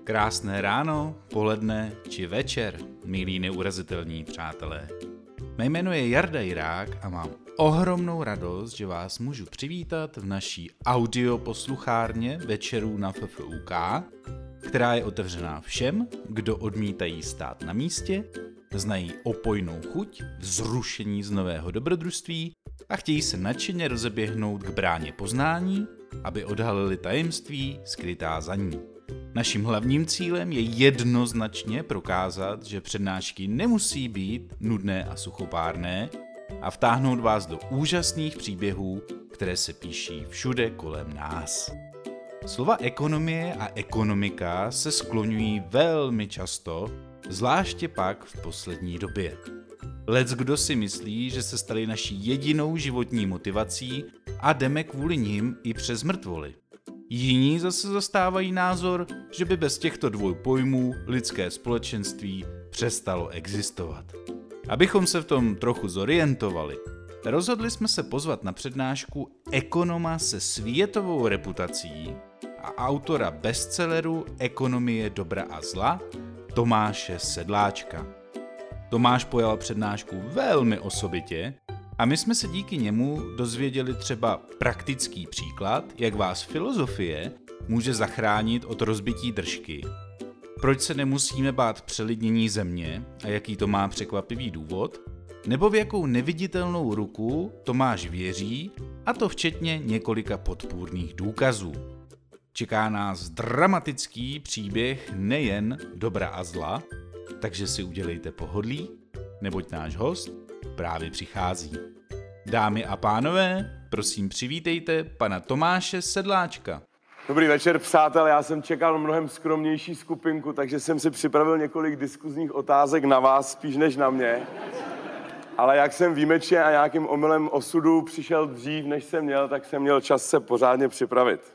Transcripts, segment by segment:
Krásné ráno, poledne či večer, milí neurazitelní přátelé. Mé jméno je Jarda Jirák a mám ohromnou radost, že vás můžu přivítat v naší audioposluchárně večerů na FFUK, která je otevřená všem, kdo odmítají stát na místě, znají opojnou chuť, vzrušení z nového dobrodružství a chtějí se nadšeně rozeběhnout k bráně poznání, aby odhalili tajemství skrytá za ní. Naším hlavním cílem je jednoznačně prokázat, že přednášky nemusí být nudné a suchopárné a vtáhnout vás do úžasných příběhů, které se píší všude kolem nás. Slova ekonomie a ekonomika se skloňují velmi často, zvláště pak v poslední době. Leckdo si myslí, že se staly naší jedinou životní motivací a jdeme kvůli nim i přes mrtvoly. Jiní zase zastávají názor, že by bez těchto dvou pojmů lidské společenství přestalo existovat. Abychom se v tom trochu zorientovali, rozhodli jsme se pozvat na přednášku ekonoma se světovou reputací a autora bestselleru Ekonomie dobra a zla Tomáše Sedláčka. Tomáš pojal přednášku velmi osobitě a my jsme se díky němu dozvěděli třeba praktický příklad, jak vás filozofie může zachránit od rozbití držky, proč se nemusíme bát přelidnění země a jaký to má překvapivý důvod, nebo v jakou neviditelnou ruku Tomáš věří, a to včetně několika podpůrných důkazů. Čeká nás dramatický příběh nejen dobra a zla, takže si udělejte pohodlí, neboť náš host právě přichází. Dámy a pánové, prosím přivítejte pana Tomáše Sedláčka. Dobrý večer, přátelé, já jsem čekal mnohem skromnější skupinku, takže jsem si připravil několik diskuzních otázek na vás, spíš než na mě. Ale jak jsem výjimečně a nějakým omylem osudu přišel dřív, než jsem měl, tak jsem měl čas se pořádně připravit.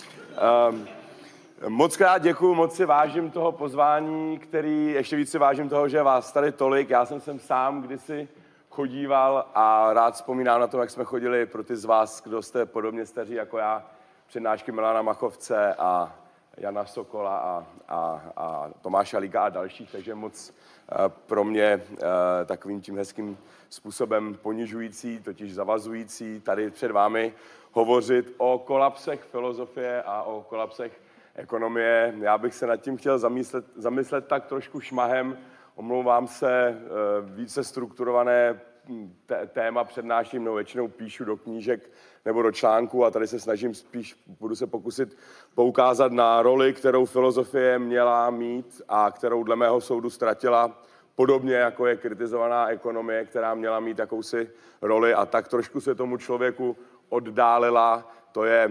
Moc krát děkuju, moc si vážím toho pozvání, ještě víc si vážím toho, že vás tady tolik. Já jsem sem sám kdysi chodíval a rád vzpomínám na to, jak jsme chodili pro ty z vás, kdo jste podobně staří jako já, přednášky Milana Machovce a Jana Sokola a Tomáše Halíka a dalších, takže moc pro mě takovým tím hezkým způsobem ponižující, totiž zavazující tady před vámi hovořit o kolapsech filozofie a o kolapsech ekonomie. Já bych se nad tím chtěl zamyslet tak trošku šmahem. Omlouvám se, více strukturované téma přednáším, no většinou píšu do knížek nebo do článků a tady se snažím budu se pokusit poukázat na roli, kterou filozofie měla mít a kterou dle mého soudu ztratila, podobně jako je kritizovaná ekonomie, která měla mít jakousi roli a tak trošku se tomu člověku oddálila. To je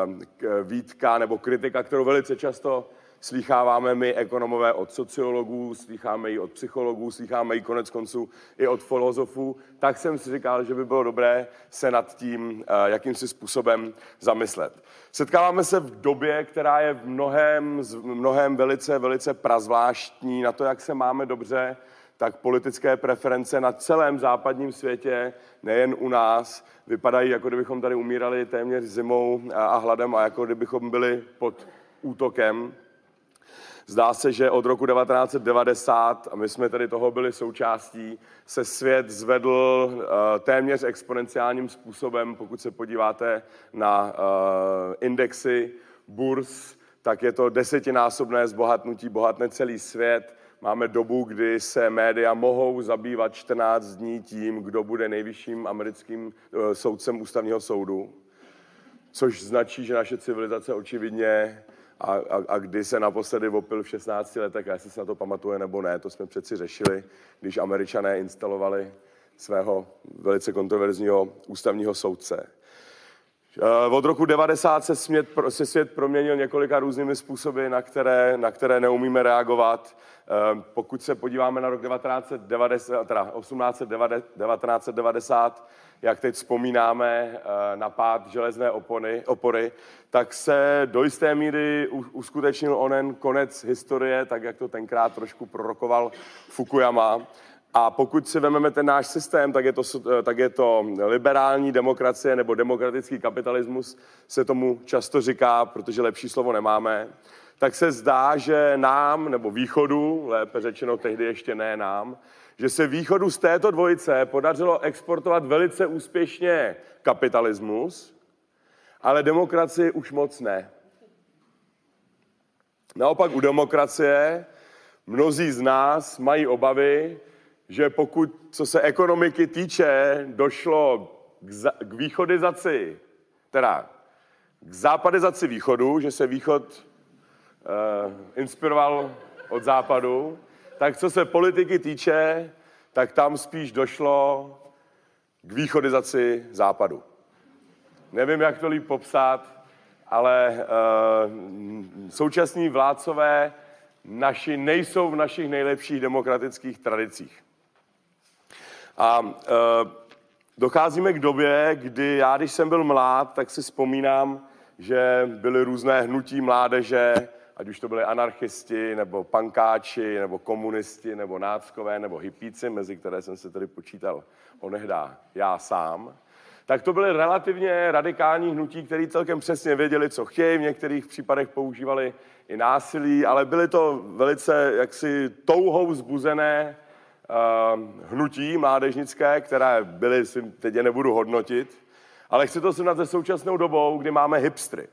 výtka nebo kritika, kterou velice často slýcháváme my ekonomové od sociologů, slýcháme ji od psychologů, slýcháme ji konec konců i od filozofů. Tak jsem si říkal, že by bylo dobré se nad tím jakýmsi způsobem zamyslet. Setkáváme se v době, která je v mnohem velice, velice prazvláštní na to, jak se máme dobře, tak politické preference na celém západním světě, nejen u nás, vypadají, jako kdybychom tady umírali téměř zimou a hladem a jako kdybychom byli pod útokem. Zdá se, že od roku 1990, a my jsme tady toho byli součástí, se svět zvedl téměř exponenciálním způsobem. Pokud se podíváte na indexy burz, tak je to 10násobné zbohatnutí, bohatne celý svět. Máme dobu, kdy se média mohou zabývat 14 dní tím, kdo bude nejvyšším americkým soudcem ústavního soudu, což značí, že naše civilizace očividně a kdy se naposledy opil v 16 letech, a jestli se na to pamatuje nebo ne, to jsme přeci řešili, když Američané instalovali svého velice kontroverzního ústavního soudce. Od roku 90 se svět proměnil několika různými způsoby, na které neumíme reagovat. Pokud se podíváme na rok 1990, jak teď vzpomínáme na pád železné opory, tak se do jisté míry uskutečnil onen konec historie, tak jak to tenkrát trošku prorokoval Fukuyama. A pokud si vezmeme ten náš systém, tak je to liberální demokracie nebo demokratický kapitalismus, se tomu často říká, protože lepší slovo nemáme. tak se zdá, že nám, nebo východu, lépe řečeno tehdy ještě ne nám, že se východu z této dvojice podařilo exportovat velice úspěšně kapitalismus, ale demokracii už moc ne. Naopak u demokracie mnozí z nás mají obavy, že pokud, co se ekonomiky týče, došlo k východizaci, teda k západizaci východu, že se východ inspiroval od západu, tak co se politiky týče, tak tam spíš došlo k východizaci západu. Nevím, jak to líp popsat, ale současní vládcové nejsou v našich nejlepších demokratických tradicích. A docházíme k době, kdy já, když jsem byl mlád, tak si vzpomínám, že byly různé hnutí mládeže, ať už to byli anarchisti, nebo pankáči, nebo komunisti, nebo náckové, nebo hippíci, mezi které jsem se tedy počítal onehdá já sám, tak to byly relativně radikální hnutí, které celkem přesně věděli, co chtějí, v některých případech používali i násilí, ale byly to velice jaksi touhou vzbuzené hnutí mládežnické, které byly, teď je nebudu hodnotit, ale chci to srovnat se současnou dobou, kdy máme hipstry.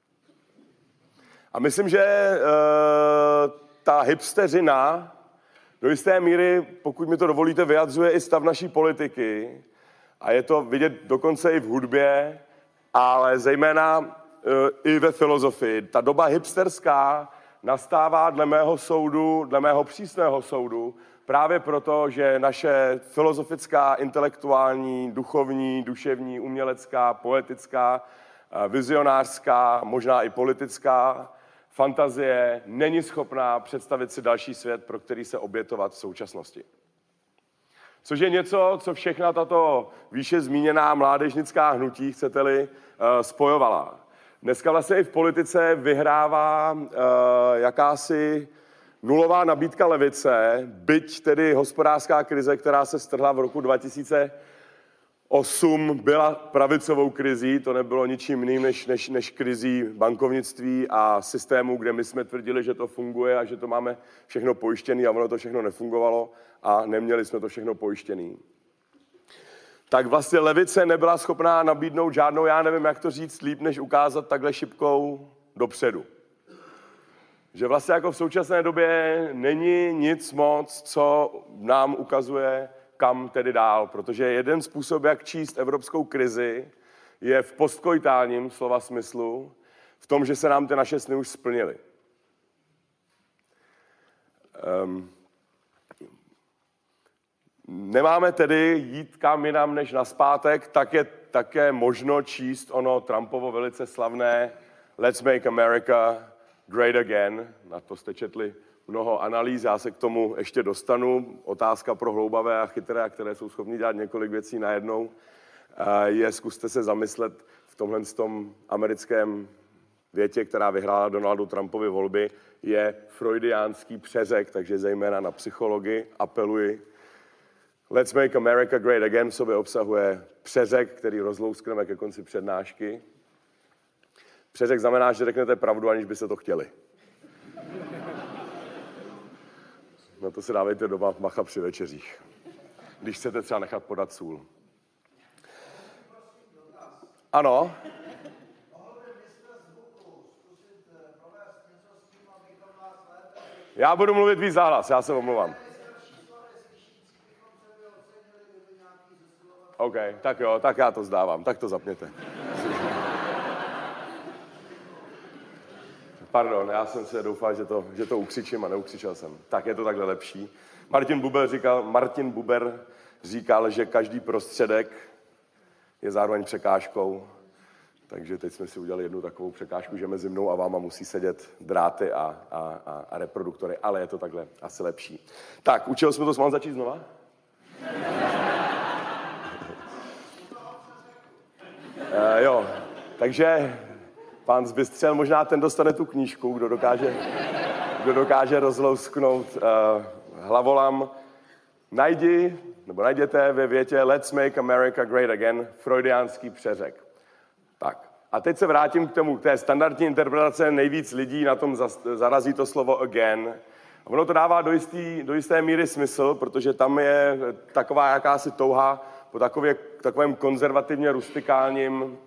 A myslím, že ta hipsteřina do jisté míry, pokud mi to dovolíte, vyjadřuje i stav naší politiky. A je to vidět dokonce i v hudbě, ale zejména i ve filozofii. Ta doba hipsterská nastává dle mého přísného soudu, právě proto, že naše filozofická, intelektuální, duchovní, duševní, umělecká, poetická, vizionářská, možná i politická fantazie není schopná představit si další svět, pro který se obětovat v současnosti. Což je něco, co všechna tato výše zmíněná mládežnická hnutí, chcete-li, spojovala. Dneska vlastně i v politice vyhrává jakási nulová nabídka levice, byť tedy hospodářská krize, která se strhla v roku 2008, byla pravicovou krizí, to nebylo ničím jiným než krizí bankovnictví a systému, kde my jsme tvrdili, že to funguje a že to máme všechno pojištěné a ono to všechno nefungovalo a neměli jsme to všechno pojištěné. Tak vlastně levice nebyla schopná nabídnout žádnou, já nevím, jak to říct líp, než ukázat takhle šipkou dopředu. Že vlastně jako v současné době není nic moc, co nám ukazuje, kam tedy dál, protože jeden způsob, jak číst evropskou krizi, je v postkoitálním slova smyslu, v tom, že se nám ty naše sny už splnily. Nemáme tedy jít kam jinam než nazpátek, tak je také možno číst ono Trumpovo velice slavné Let's make America great again. Na to jste četli mnoho analýz, já se k tomu ještě dostanu. Otázka pro hloubavé a chytré, které jsou schopni dělat několik věcí najednou, je zkuste se zamyslet v tomhle tom americkém větě, která vyhrála Donaldu Trumpovi volby, je freudiánský přeřek, takže zejména na psychologii apeluji. Let's make America great again v sobě obsahuje přeřek, který rozlouskneme ke konci přednášky. Přeřek znamená, že řeknete pravdu, aniž byste to chtěli. Na to se dávejte doma macha při večeřích, když chcete třeba nechat podat sůl. Ano. Já budu mluvit víc záhlas, já se omlouvám. OK, tak jo, tak já to zdávám, tak to zapněte. Pardon, já jsem se doufal, že to ukřičím a neukřičel jsem. Tak je to takhle lepší. Martin Buber říkal, že každý prostředek je zároveň překážkou. Takže teď jsme si udělali jednu takovou překážku, že mezi mnou a váma musí sedět dráty a reproduktory, ale je to takhle asi lepší. Tak, učil jsme to, mám začít znova? Jo, takže pán Zbystřel, možná ten dostane tu knížku, kdo dokáže rozlousknout hlavolam. Najděte ve větě Let's make America great again, freudiánský přeřek. Tak, A teď se vrátím k té standardní interpretace, nejvíc lidí na tom zarazí to slovo again. A ono to dává do jisté míry smysl, protože tam je taková jakási touha po takovém konzervativně rustikálním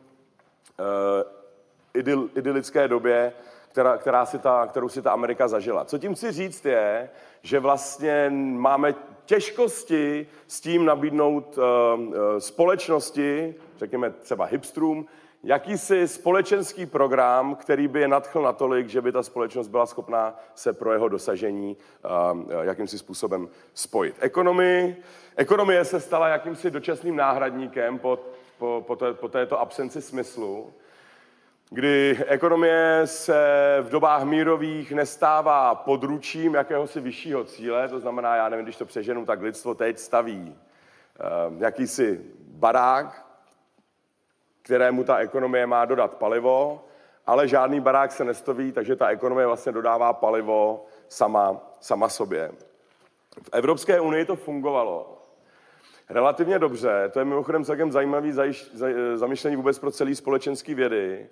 idylické době, kterou si ta Amerika zažila. Co tím chci říct je, že vlastně máme těžkosti s tím nabídnout společnosti, řekněme třeba hipstrům, jakýsi společenský program, který by je nadchl natolik, že by ta společnost byla schopná se pro jeho dosažení jakýmsi způsobem spojit. Ekonomie se stala jakýmsi dočasným náhradníkem po této absenci smyslu, kdy ekonomie se v dobách mírových nestává područím jakéhosi vyššího cíle, to znamená, já nevím, když to přeženu, tak lidstvo teď staví jakýsi barák, kterému ta ekonomie má dodat palivo, ale žádný barák se nestaví, takže ta ekonomie vlastně dodává palivo sama sobě. V Evropské unii to fungovalo relativně dobře, to je mimochodem celkem zajímavý zamyšlení vůbec pro celý společenský vědy.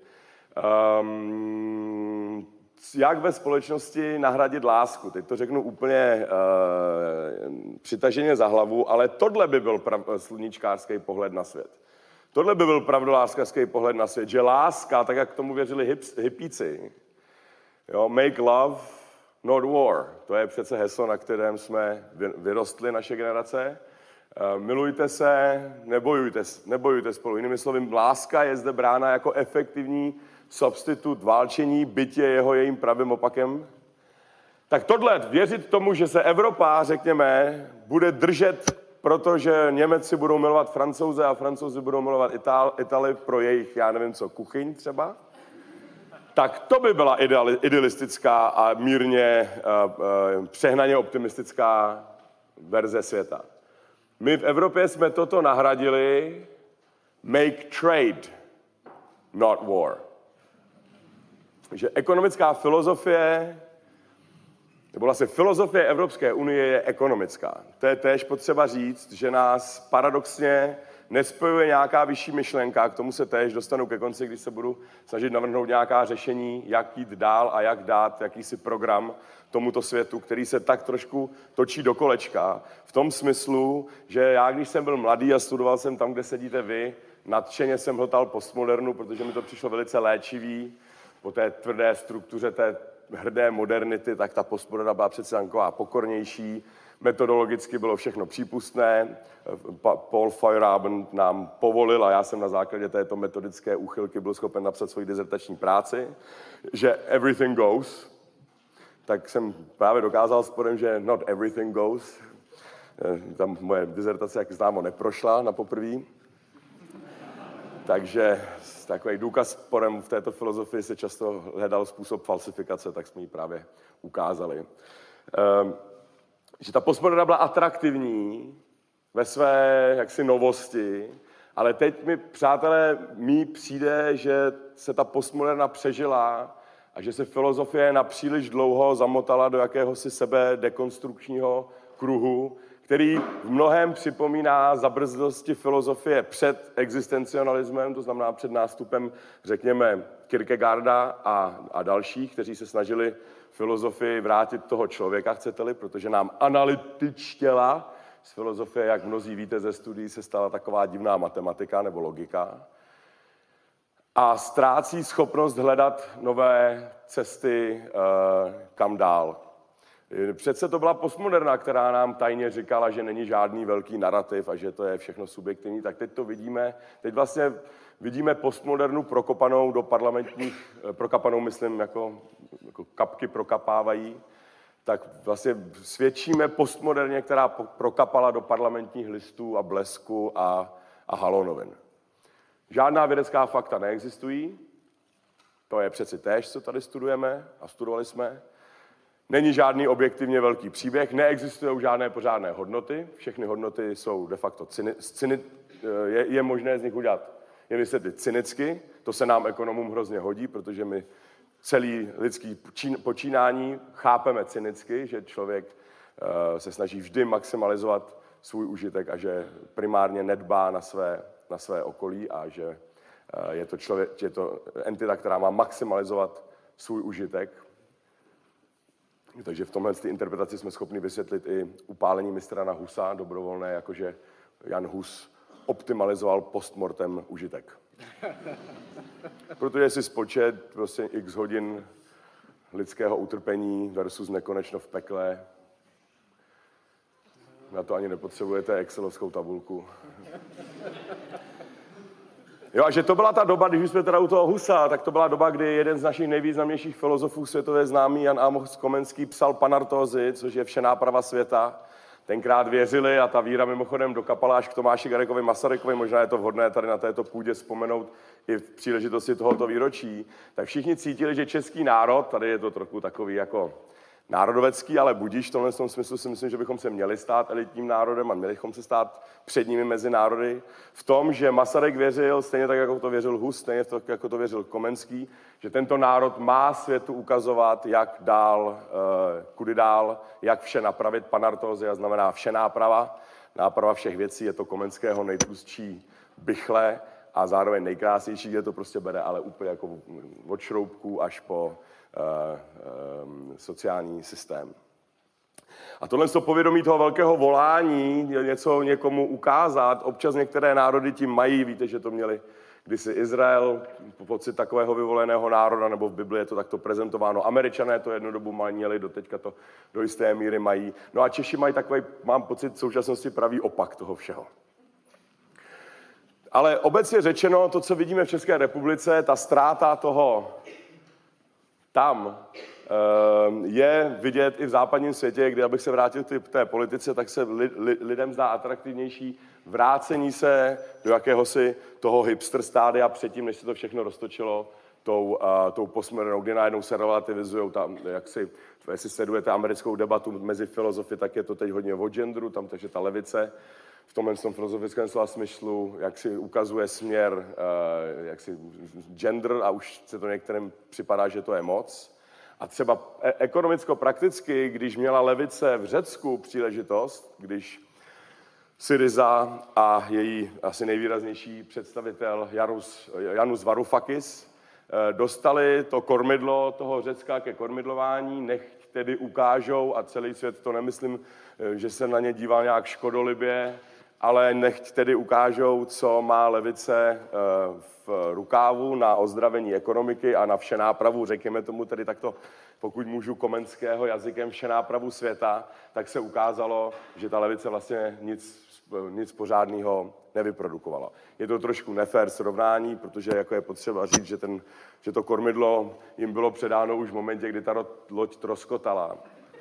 Jak ve společnosti nahradit lásku? Teď to řeknu úplně přitaženě za hlavu, ale tohle by byl sluníčkářský pohled na svět. Tohle by byl pravdoláskařský pohled na svět, že láska, tak jak k tomu věřili hippíci, jo, make love, not war. To je přece heslo, na kterém jsme vyrostli, naše generace. Milujte se, nebojujte spolu. Jinými slovy, láska je zde brána jako efektivní substitut válčení, byť je jejím pravým opakem. Tak tohle, věřit tomu, že se Evropa, řekněme, bude držet, protože Němci budou milovat Francouze a Francouzi budou milovat Italy pro jejich, já nevím co, kuchyň třeba, tak to by byla idealistická a mírně přehnaně optimistická verze světa. My v Evropě jsme toto nahradili make trade, not war. Takže ekonomická filozofie, nebo vlastně filozofie Evropské unie je ekonomická. To je též potřeba říct, že nás paradoxně nespojuje nějaká vyšší myšlenka, k tomu se též dostanu ke konci, když se budu snažit navrhnout nějaká řešení, jak jít dál a jak dát jakýsi program tomuto světu, který se tak trošku točí do kolečka. V tom smyslu, že já, když jsem byl mladý a studoval jsem tam, kde sedíte vy, nadšeně jsem hltal postmodernu, protože mi to přišlo velice léčivý. Po té tvrdé struktuře té hrdé modernity, tak ta postmoderna byla přece taková pokornější. Metodologicky bylo všechno přípustné. Paul Feyerabend nám povolil, a já jsem na základě této metodické úchylky byl schopen napsat svoji dizertační práci, že everything goes. Tak jsem právě dokázal sporem, že not everything goes. Tam moje dizertace, jak známo, neprošla na poprví. Takže takový důkaz sporem v této filozofii se často hledal způsob falsifikace, tak jsme ji právě ukázali. Že ta postmoderna byla atraktivní ve své jaksi novosti, ale teď mi, přátelé, přijde, že se ta postmoderna přežila a že se filozofie na příliš dlouho zamotala do jakéhosi sebe dekonstrukčního kruhu, který v mnohém připomíná zabrzdosti filozofie před existencionalismem, to znamená před nástupem, řekněme, Kierkegaarda a dalších, kteří se snažili filozofii vrátit toho člověka, chcete-li, protože nám analytičtěla z filozofie, jak mnozí víte ze studií, se stala taková divná matematika nebo logika. A ztrácí schopnost hledat nové cesty kam dál. Přece to byla postmoderna, která nám tajně říkala, že není žádný velký narrativ a že to je všechno subjektivní, tak teď to vidíme. Teď vlastně vidíme postmodernu prokopanou do parlamentních, prokapanou myslím jako kapky prokapávají, tak vlastně svědčíme postmoderně, která prokapala do parlamentních listů a blesku a halonovin. Žádná vědecká fakta neexistují, to je přeci též, co tady studujeme a studovali jsme. Není žádný objektivně velký příběh, neexistují žádné pořádné hodnoty, všechny hodnoty jsou de facto je možné z nich udělat je vysvětlit cynicky, to se nám ekonomům hrozně hodí, protože my celý lidský počínání chápeme cynicky, že člověk se snaží vždy maximalizovat svůj užitek a že primárně nedbá na své okolí a Je to entita, která má maximalizovat svůj užitek. Takže v tomhle interpretaci jsme schopni vysvětlit i upálení mistra Jana Husa dobrovolné, jakože Jan Hus optimalizoval postmortem užitek. Protože si spočet prostě x hodin lidského utrpení versus nekonečno v pekle. Na to ani nepotřebujete excelovskou tabulku. Jo, a že to byla ta doba, když jsme teda u toho Husa, tak to byla doba, kdy jeden z našich nejvýznamnějších filozofů světově známý, Jan Amos Komenský, psal Panartózy, což je vše náprava světa. Tenkrát věřili a ta víra mimochodem dokapala až k Tomáši Garriguovi Masarykovi, možná je to vhodné tady na této půdě vzpomenout i v příležitosti tohoto výročí, tak všichni cítili, že český národ, tady je to trochu takový jako národovecký, ale budiš, v tomhle smyslu si myslím, že bychom se měli stát elitním národem a měli bychom se stát předními mezi národy. V tom, že Masaryk věřil, stejně tak, jako to věřil Hus, stejně tak, jako to věřil Komenský, že tento národ má světu ukazovat, jak dál, kudy dál, jak vše napravit. Panartózy, a znamená vše náprava. Náprava všech věcí, je to Komenského nejtlustší bychle a zároveň nejkrásnější, kde to prostě bere, ale úplně jako od šroubků až po sociální systém. A tohle povědomí toho velkého volání, něco někomu ukázat, občas některé národy tím mají, víte, že to měli kdysi Izrael, pocit takového vyvoleného národa, nebo v Bibli je to takto prezentováno. Američané to jednu dobu měli, doteďka to do jisté míry mají. No a Češi mají takový, mám pocit, v současnosti pravý opak toho všeho. Ale obecně řečeno, to, co vidíme v České republice, ta ztráta toho tam je vidět i v západním světě, kdy, abych se vrátil k té politice, tak se lidem zdá atraktivnější vrácení se do jakéhosi toho hipster stádia předtím, než se to všechno roztočilo tou postmodernou, kdy najednou se relativizují tam, jestli sledujete americkou debatu mezi filozofy, tak je to teď hodně o genderu, tam takže ta levice v tomhle filozofickém slova smyslu, jak si ukazuje směr, jak si gender a už se to některým připadá, že to je moc. A třeba ekonomicko-prakticky, když měla levice v Řecku příležitost, když Syriza a její asi nejvýraznější představitel Janus Varoufakis dostali to kormidlo toho Řecka ke kormidlování, nechť tedy ukážou, a celý svět to nemyslím, že se na ně díval nějak škodolibě, ale nechť tedy ukážou, co má levice v rukávu na ozdravení ekonomiky a na vše nápravu, řekněme tomu tedy takto, pokud můžu Komenského jazykem, vše nápravu světa, tak se ukázalo, že ta levice vlastně nic pořádného nevyprodukovala. Je to trošku nefér srovnání, protože jako je potřeba říct, že to kormidlo jim bylo předáno už v momentě, kdy ta loď troskotala.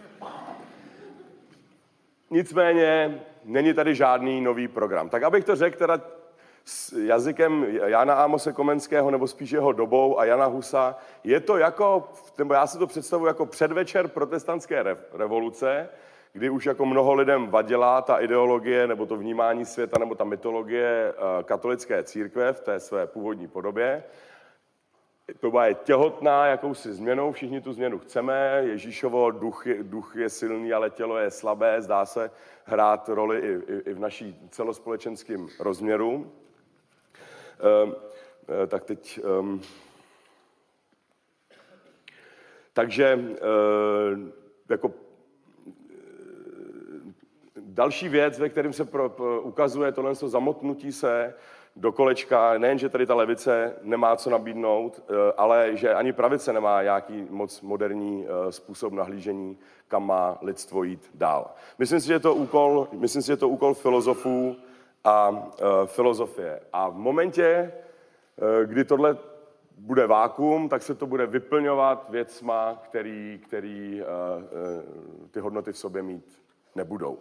Nicméně není tady žádný nový program. Tak abych to řekl teda s jazykem Jana Amose Komenského, nebo spíš jeho dobou a Jana Husa, je to jako, nebo já si to představuji jako předvečer protestantské revoluce, kdy už jako mnoho lidem vadila ta ideologie, nebo to vnímání světa, nebo ta mytologie katolické církve v té své původní podobě. To je těhotná jakousi změnou, všichni tu změnu chceme, Ježíšovo duch je silný, ale tělo je slabé, zdá se hrát roli i v naší celospolečenském rozměru. Tak teď... Takže jako další věc, ve kterém se ukazuje tohle zamotnutí se do kolečka, nejen, že tady ta levice nemá co nabídnout, ale že ani pravice nemá nějaký moc moderní způsob nahlížení, kam má lidstvo jít dál. Myslím si, že je to úkol filozofů a filozofie. A v momentě, kdy tohle bude vákuum, tak se to bude vyplňovat věcma, který ty hodnoty v sobě mít nebudou.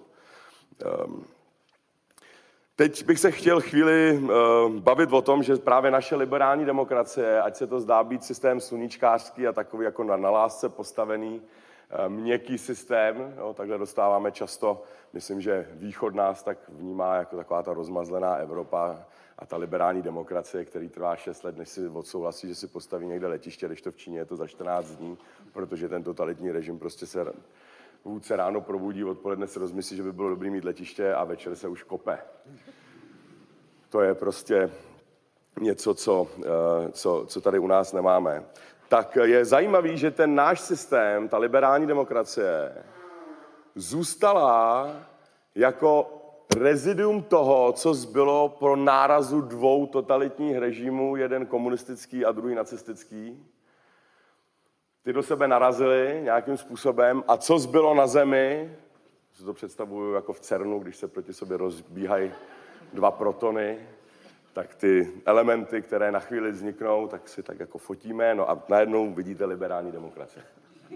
Teď bych se chtěl chvíli bavit o tom, že právě naše liberální demokracie, ať se to zdá být systém sluníčkářský a takový jako na lásce postavený, měkký systém, jo, takhle dostáváme často, myslím, že východ nás tak vnímá jako taková ta rozmazlená Evropa a ta liberální demokracie, který trvá 6 let, než si odsouhlasí, že si postaví někde letiště, když to v Číně je to za 14 dní, protože ten totalitní režim prostě se vůdce ráno probudí, odpoledne se rozmyslí, že by bylo dobrý mít letiště a večer se už kope. To je prostě něco, co tady u nás nemáme. Tak je zajímavý, že ten náš systém, ta liberální demokracie, zůstala jako reziduum toho, co zbylo po nárazu dvou totalitních režimů, jeden komunistický a druhý nacistický. Ty do sebe narazili nějakým způsobem a co zbylo na zemi, si to představuju jako v CERNu, když se proti sobě rozbíhají dva protony, tak ty elementy, které na chvíli vzniknou, tak si tak jako fotíme, no a najednou vidíte liberální demokracie.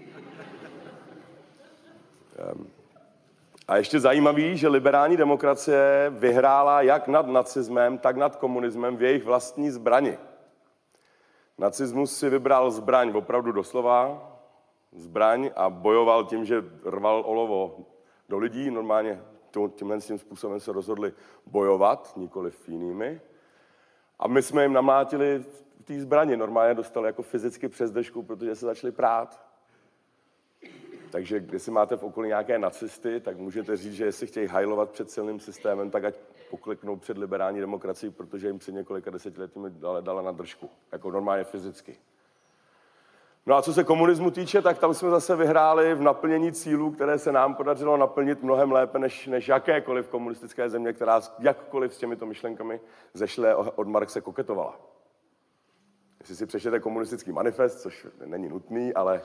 A ještě zajímavý, že liberální demokracie vyhrála jak nad nacismem, tak nad komunismem v jejich vlastní zbrani. Nacismus si vybral zbraň opravdu doslova, zbraň a bojoval tím, že rval olovo do lidí. Normálně tímhle způsobem se rozhodli bojovat, nikoliv jinými. A my jsme jim namlátili v té zbrani. Normálně dostali jako fyzicky přes držku, protože se začali prát. Takže když si máte v okolí nějaké nacisty, tak můžete říct, že jestli chtějí hajlovat před silným systémem, tak ať pokleknou před liberální demokracií, protože jim před několika desetiletími dala na držku. Jako normálně fyzicky. No a co se komunismu týče, tak tam jsme zase vyhráli v naplnění cílů, které se nám podařilo naplnit mnohem lépe než jakékoliv komunistické země, která jakkoliv s těmito myšlenkami zešle od Marxe koketovala. Jestli si přečtete komunistický manifest, což není nutný, ale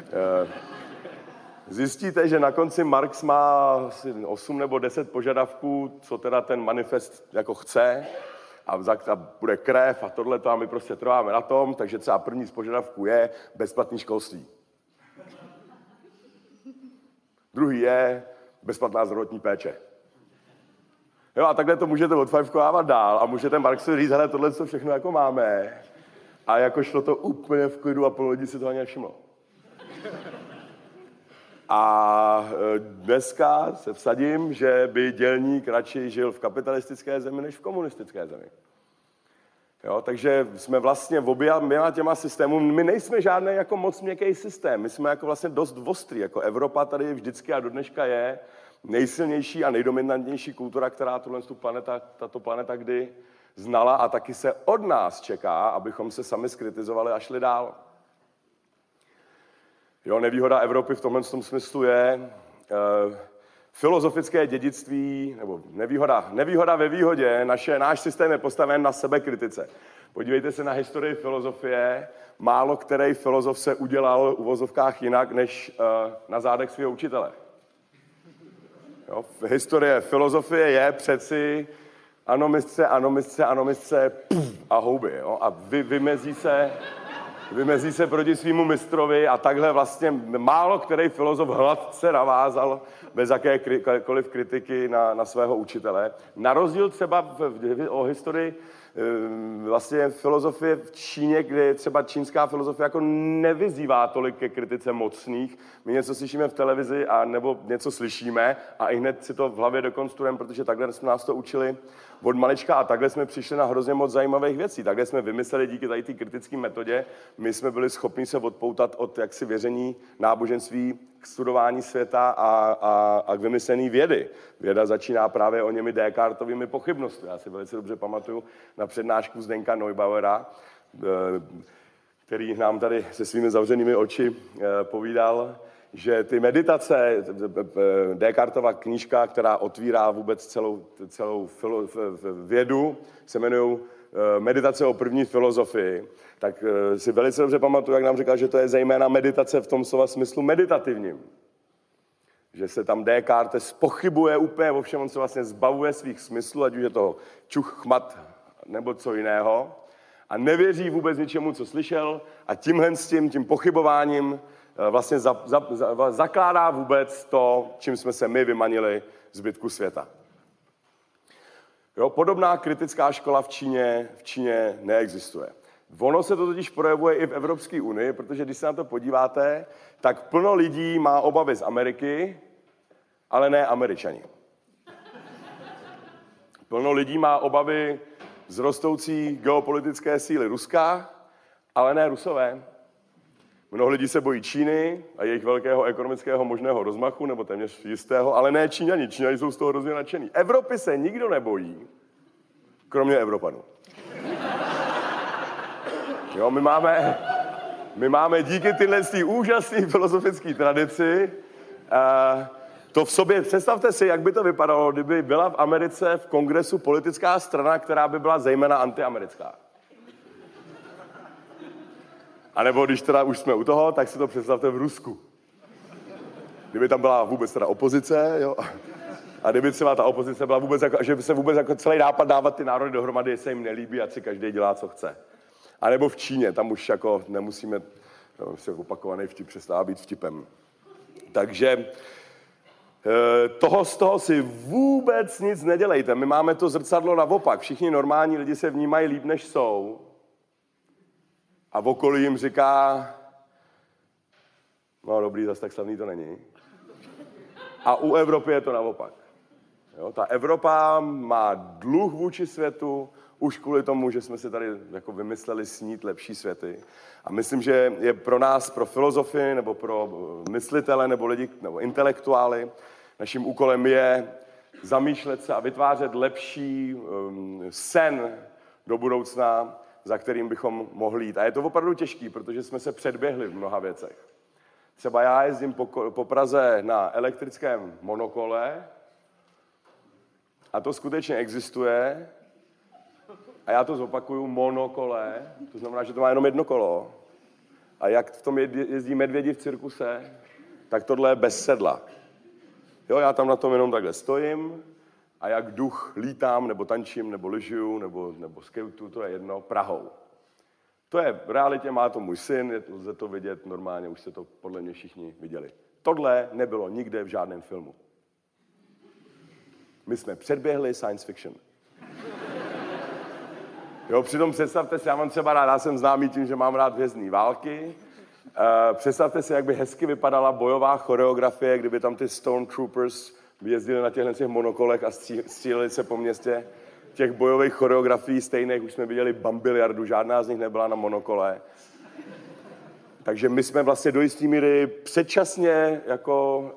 zjistíte, že na konci Marx má asi 8 nebo 10 požadavků, co teda ten manifest jako chce, a bude krev a tohleto a my prostě trváme na tom, takže třeba první z požadavků je bezplatný školství. Druhý je bezplatná zdravotní péče. Jo, a takhle to můžete odfajfkovávat dál a můžete Marxu říct, hele, tohle co všechno jako máme. A jako šlo to úplně v klidu a plno lidí si to ani nevšimlo. A dneska se vsadím, že by dělník radši žil v kapitalistické zemi, než v komunistické zemi. Jo, takže jsme vlastně oběma těma systémům, my nejsme žádný jako moc měkký systém, my jsme jako vlastně dost ostrý, jako Evropa tady vždycky a do dneška je nejsilnější a nejdominantnější kultura, která tato planeta kdy znala a taky se od nás čeká, abychom se sami skritizovali a šli dál. Jo, nevýhoda Evropy v tomhle smyslu je filozofické dědictví, nebo nevýhoda ve výhodě, náš systém je postaven na sebekritice. Podívejte se na historii filozofie, málo který filozof se udělal v uvozovkách jinak, než na zádech svého učitele. Jo, historie filozofie je přeci ano mistře, a houby. Jo, a vymezí se proti svýmu mistrovi a takhle vlastně málo který filozof hladce navázal bez jakékoliv kritiky na svého učitele. Na rozdíl třeba o historii vlastně filozofie v Číně, kde třeba čínská filozofie jako nevyzývá tolik ke kritice mocných. My něco slyšíme v televizi a nebo něco slyšíme a i hned si to v hlavě dekonstruujeme, protože takhle jsme nás to učili od malička a takhle jsme přišli na hrozně moc zajímavých věcí. Takhle jsme vymysleli díky tady té kritické metodě, my jsme byli schopni se odpoutat od jaksi věření náboženství k studování světa a k vymyslení vědy. Věda začíná právě o němi Descartovými pochybnostmi. Já si velice dobře pamatuju na přednášku Zdeňka Neubauera, který nám tady se svými zavřenými oči povídal, že ty meditace, Descartova knížka, která otvírá vůbec celou vědu, se jmenují Meditace o první filozofii, tak si velice dobře pamatuju, jak nám říkal, že to je zejména meditace v tom slova smyslu meditativním. Že se tam Descartes pochybuje úplně o všem, on se vlastně zbavuje svých smyslů, ať už je to čuch, chmat nebo co jiného, a nevěří vůbec ničemu, co slyšel, a tím pochybováním vlastně zakládá vůbec to, čím jsme se my vymanili zbytku světa. Jo, podobná kritická škola v Číně neexistuje. Ono se to totiž projevuje i v Evropské unii, protože když se na to podíváte, tak plno lidí má obavy z Ameriky, ale ne Američani. Plno lidí má obavy z rostoucí geopolitické síly Ruska, ale ne Rusové. Mnoho lidí se bojí Číny a jejich velkého ekonomického možného rozmachu, nebo téměř jistého, ale ne Číňani. Číňani jsou z toho hrozně nadšený. Evropy se nikdo nebojí, kromě Evropanů. Jo, my máme díky tyhle úžasné filozofické tradici, to v sobě, představte si, jak by to vypadalo, kdyby byla v Americe v kongresu politická strana, která by byla zejména antiamerická. A nebo když teda už jsme u toho, tak si to představte v Rusku. Kdyby tam byla vůbec teda opozice, jo, a kdyby třeba ta opozice byla vůbec jako, že by se vůbec jako celý nápad dávat ty národy dohromady, se jim nelíbí, ať si každý dělá, co chce. A nebo v Číně, tam už jako nemusíme, se opakovaný vtip přestává být vtipem. Takže z toho si vůbec nic nedělejte. My máme to zrcadlo naopak. Všichni normální lidi se vnímají líp, než jsou. A v okolí jim říká, no dobrý, zase tak slavný to není. A u Evropy je to naopak. Jo, ta Evropa má dluh vůči světu, už kvůli tomu, že jsme si tady jako vymysleli snít lepší světy. A myslím, že je pro nás, pro filozofy, nebo pro myslitele, nebo lidi, nebo intelektuály, naším úkolem je zamýšlet se a vytvářet lepší sen do budoucna, za kterým bychom mohli jít. A je to opravdu těžký, protože jsme se předběhli v mnoha věcech. Třeba já jezdím po Praze na elektrickém monokole a to skutečně existuje. A já to zopakuju, monokole, to znamená, že to má jenom jedno kolo. A jak v tom jezdí medvědi v cirkuse, tak tohle je bez sedla. Jo, já tam na tom jenom takhle stojím a jak duch lítám, nebo tančím, nebo lyžuju, nebo skejtu, to je jedno, Prahou. To je v realitě, má to můj syn, lze to vidět normálně, už se to podle mě všichni viděli. Tohle nebylo nikde v žádném filmu. My jsme předběhli science fiction. Jo, přitom představte si, já mám třeba rád, já jsem známý tím, že mám rád Hvězdné války. Představte si, jak by hezky vypadala bojová choreografie, kdyby tam ty Stormtroopers jezdili na těchto monokolech a stříleli se po městě. Těch bojových choreografií stejných už jsme viděli bambiliardu, žádná z nich nebyla na monokole. Takže my jsme vlastně do jistý míry předčasně jako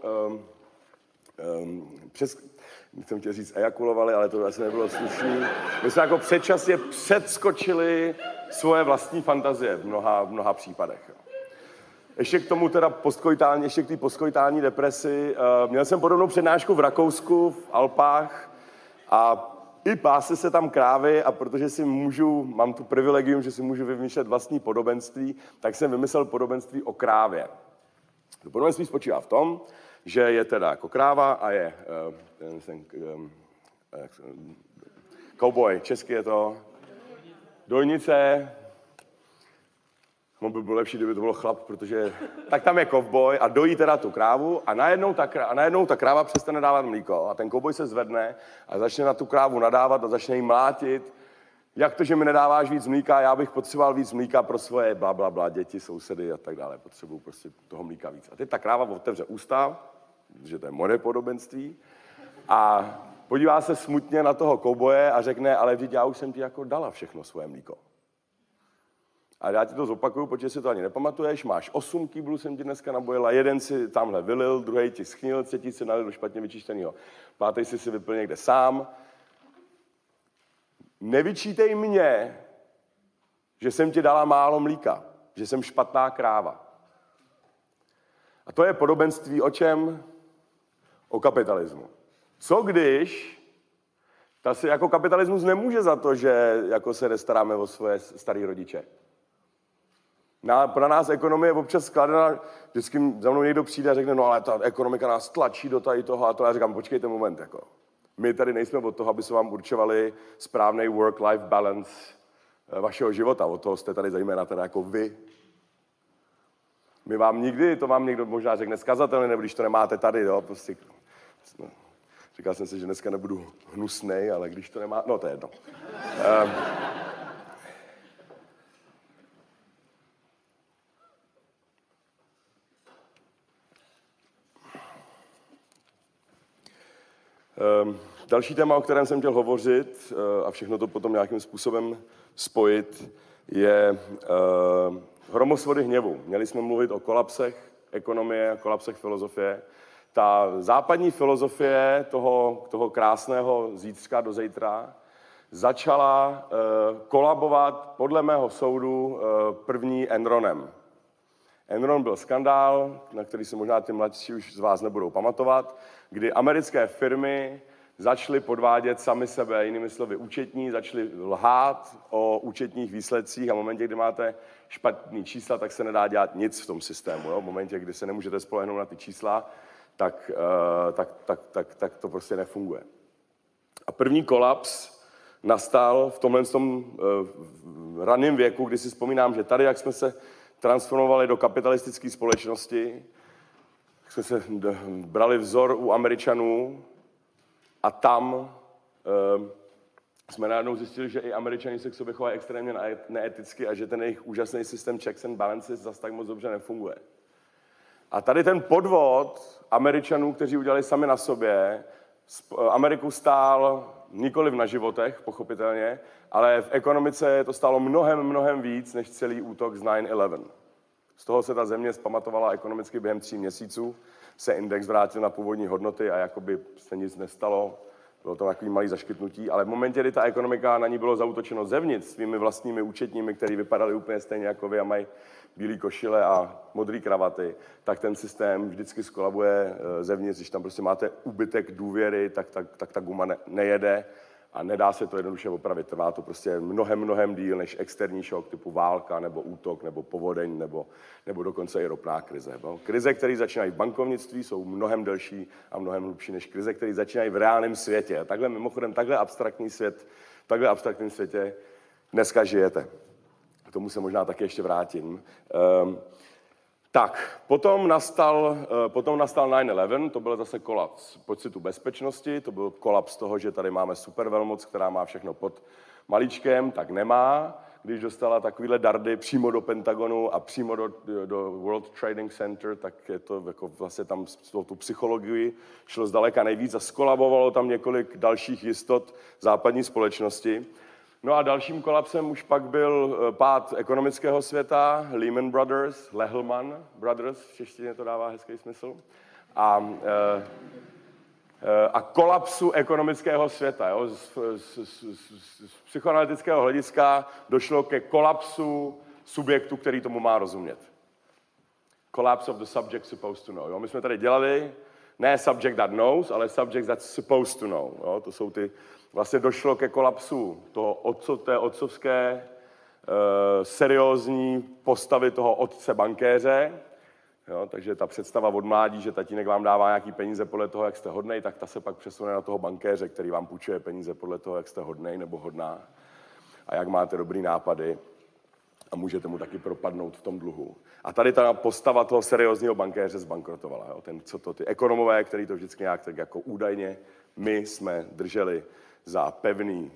nechcem chtěl říct ejakulovali, ale to asi nebylo slušný. My jsme jako předčasně předskočili svoje vlastní fantazie v mnoha případech. Jo. Ještě k tomu teda ještě k té postkoitální depresi. Měl jsem podobnou přednášku v Rakousku, v Alpách a i pásy se tam krávy a protože mám tu privilegium, že si můžu vymýšlet vlastní podobenství, tak jsem vymyslel podobenství o krávě. To podobenství spočívá v tom, že je teda jako kráva a je cowboy, česky je to dojnice, by bylo lepší, kdyby to bylo chlap, protože tak tam je cowboy a dojí teda tu krávu a najednou ta kráva přestane dávat mlíko a ten cowboy se zvedne a začne na tu krávu nadávat a začne jí mlátit. Jak to, že mi nedáváš víc mlíka, já bych potřeboval víc mlíka pro svoje blablabla, děti, sousedy a tak dále. Potřebuju prostě toho mlíka víc. A teď ta kráva otevře ústa, že to je moje podobenství, a podívá se smutně na toho kouboje a řekne, ale vždyť já už jsem ti jako dala všechno svoje mlíko. A já ti to zopakuju, protože si to ani nepamatuješ, máš 8 kýblů, jsem ti dneska nabojila, jeden si tamhle vylil, druhý ti schnil, třetí si nalil do špatně vyčištěného, pátý si vyplnil někde sám. Nevyčítej mě, že jsem ti dala málo mlíka, že jsem špatná kráva. A to je podobenství o čem? O kapitalismu. Co když jako kapitalismus nemůže za to, že jako se nestaráme o svoje starý rodiče? Pro nás ekonomie je občas skladena, vždycky za mnou někdo přijde a řekne, no ale ta ekonomika nás tlačí do tady toho a to. Já říkám, počkejte moment, jako. My tady nejsme od toho, aby se vám určovali správný work-life balance vašeho života. Od toho jste tady zejména teda jako vy. My vám nikdy, to vám někdo možná řekne zkazatelně, nebo když to nemáte tady, jo, prostě. No. Říkal jsem si, že dneska nebudu hnusnej, ale když to nemá, no to je jedno. Další téma, o kterém jsem chtěl hovořit, a všechno to potom nějakým způsobem spojit, je hromosvody hněvu. Měli jsme mluvit o kolapsech ekonomie, kolapsech filozofie. Ta západní filozofie toho krásného zítřka do zítra začala kolabovat podle mého soudu první Enronem. Enron byl skandál, na který se možná ty mladší už z vás nebudou pamatovat, kdy americké firmy začaly podvádět sami sebe, jinými slovy účetní, začaly lhát o účetních výsledcích a v momentě, kdy máte špatný čísla, tak se nedá dělat nic v tom systému. Jo? V momentě, kdy se nemůžete spolehnout na ty čísla, tak to prostě nefunguje. A první kolaps nastal v tomhle raném věku, kdy si vzpomínám, že tady, jak jsme se transformovali do kapitalistické společnosti, jsme se brali vzor u Američanů a tam jsme najednou zjistili, že i Američani se k sobě chovají extrémně neeticky a že ten jejich úžasný systém checks and balances zase tak moc dobře nefunguje. A tady ten podvod Američanů, kteří udělali sami na sobě, Ameriku stál nikoliv na životech, pochopitelně, ale v ekonomice to stálo mnohem víc než celý útok z 9/11. Z toho se ta země zpamatovala ekonomicky během 3 měsíců, se index vrátil na původní hodnoty a jakoby se nic nestalo. Bylo to takový malý zaškytnutí, ale v momentě, kdy ta ekonomika na ní bylo zaútočeno zevnitř svými vlastními účetními, kteří vypadali úplně stejně jako vy a mají bílé košile a modré kravaty, tak ten systém vždycky skolabuje zevnitř. Když tam prostě máte úbytek důvěry, tak ta guma nejede a nedá se to jednoduše opravit. Trvá to prostě mnohem díl než externí šok typu válka nebo útok nebo povodeň nebo dokonce i ropná krize. No? Krize, které začínají v bankovnictví, jsou mnohem delší a mnohem hlubší než krize, které začínají v reálném světě. Takhle mimochodem, takhle abstraktním světě dneska žijete. K tomu se možná taky ještě vrátím. Tak, potom nastal 9/11, to byl zase kolaps pocitu bezpečnosti, to byl kolaps toho, že tady máme supervelmoc, která má všechno pod malíčkem, tak nemá. Když dostala takovýhle dardy přímo do Pentagonu a přímo do World Trading Center, tak je to jako vlastně tam tu psychologii šlo zdaleka nejvíc a skolabovalo tam několik dalších jistot západní společnosti. No a dalším kolapsem už pak byl pád ekonomického světa, Lehman Brothers, v češtině to dává hezký smysl, a kolapsu ekonomického světa. Jo. Z psychoanalytického hlediska došlo ke kolapsu subjektu, který tomu má rozumět. Collapse of the subject supposed to know. Jo. My jsme tady dělali ne subject that knows, ale subject that's supposed to know. Jo. To jsou ty. Vlastně došlo ke kolapsu té otcovské seriózní postavy toho otce bankéře. Jo, takže ta představa od mládí, že tatínek vám dává nějaký peníze podle toho, jak jste hodnej, tak ta se pak přesune na toho bankéře, který vám půjčuje peníze podle toho, jak jste hodnej nebo hodná a jak máte dobrý nápady a můžete mu taky propadnout v tom dluhu. A tady ta postava toho seriózního bankéře zbankrotovala. Jo. Ty ekonomové, který to vždycky nějak tak jako údajně my jsme drželi za pevný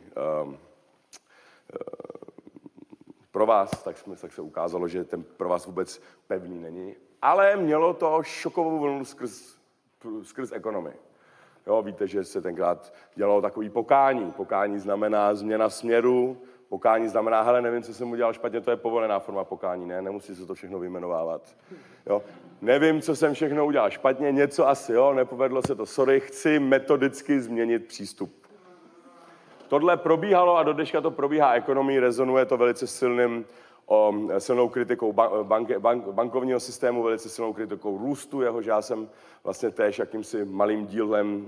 provaz, tak se ukázalo, že ten provaz vůbec pevný není. Ale mělo to šokovou vlnu skrz ekonomii. Jo, víte, že se tenkrát dělalo takový pokání. Pokání znamená změna směru, pokání znamená, hele, nevím, co jsem udělal špatně, to je povolená forma pokání, ne, nemusí se to všechno vyjmenovávat. Jo, nevím, co jsem všechno udělal špatně, něco asi, jo, nepovedlo se to, sorry, chci metodicky změnit přístup. Tohle probíhalo a do dneška to probíhá ekonomii, rezonuje to velice silnou kritikou bankovního systému, velice silnou kritikou růstu, jehož já jsem vlastně též jakýmsi malým dílem.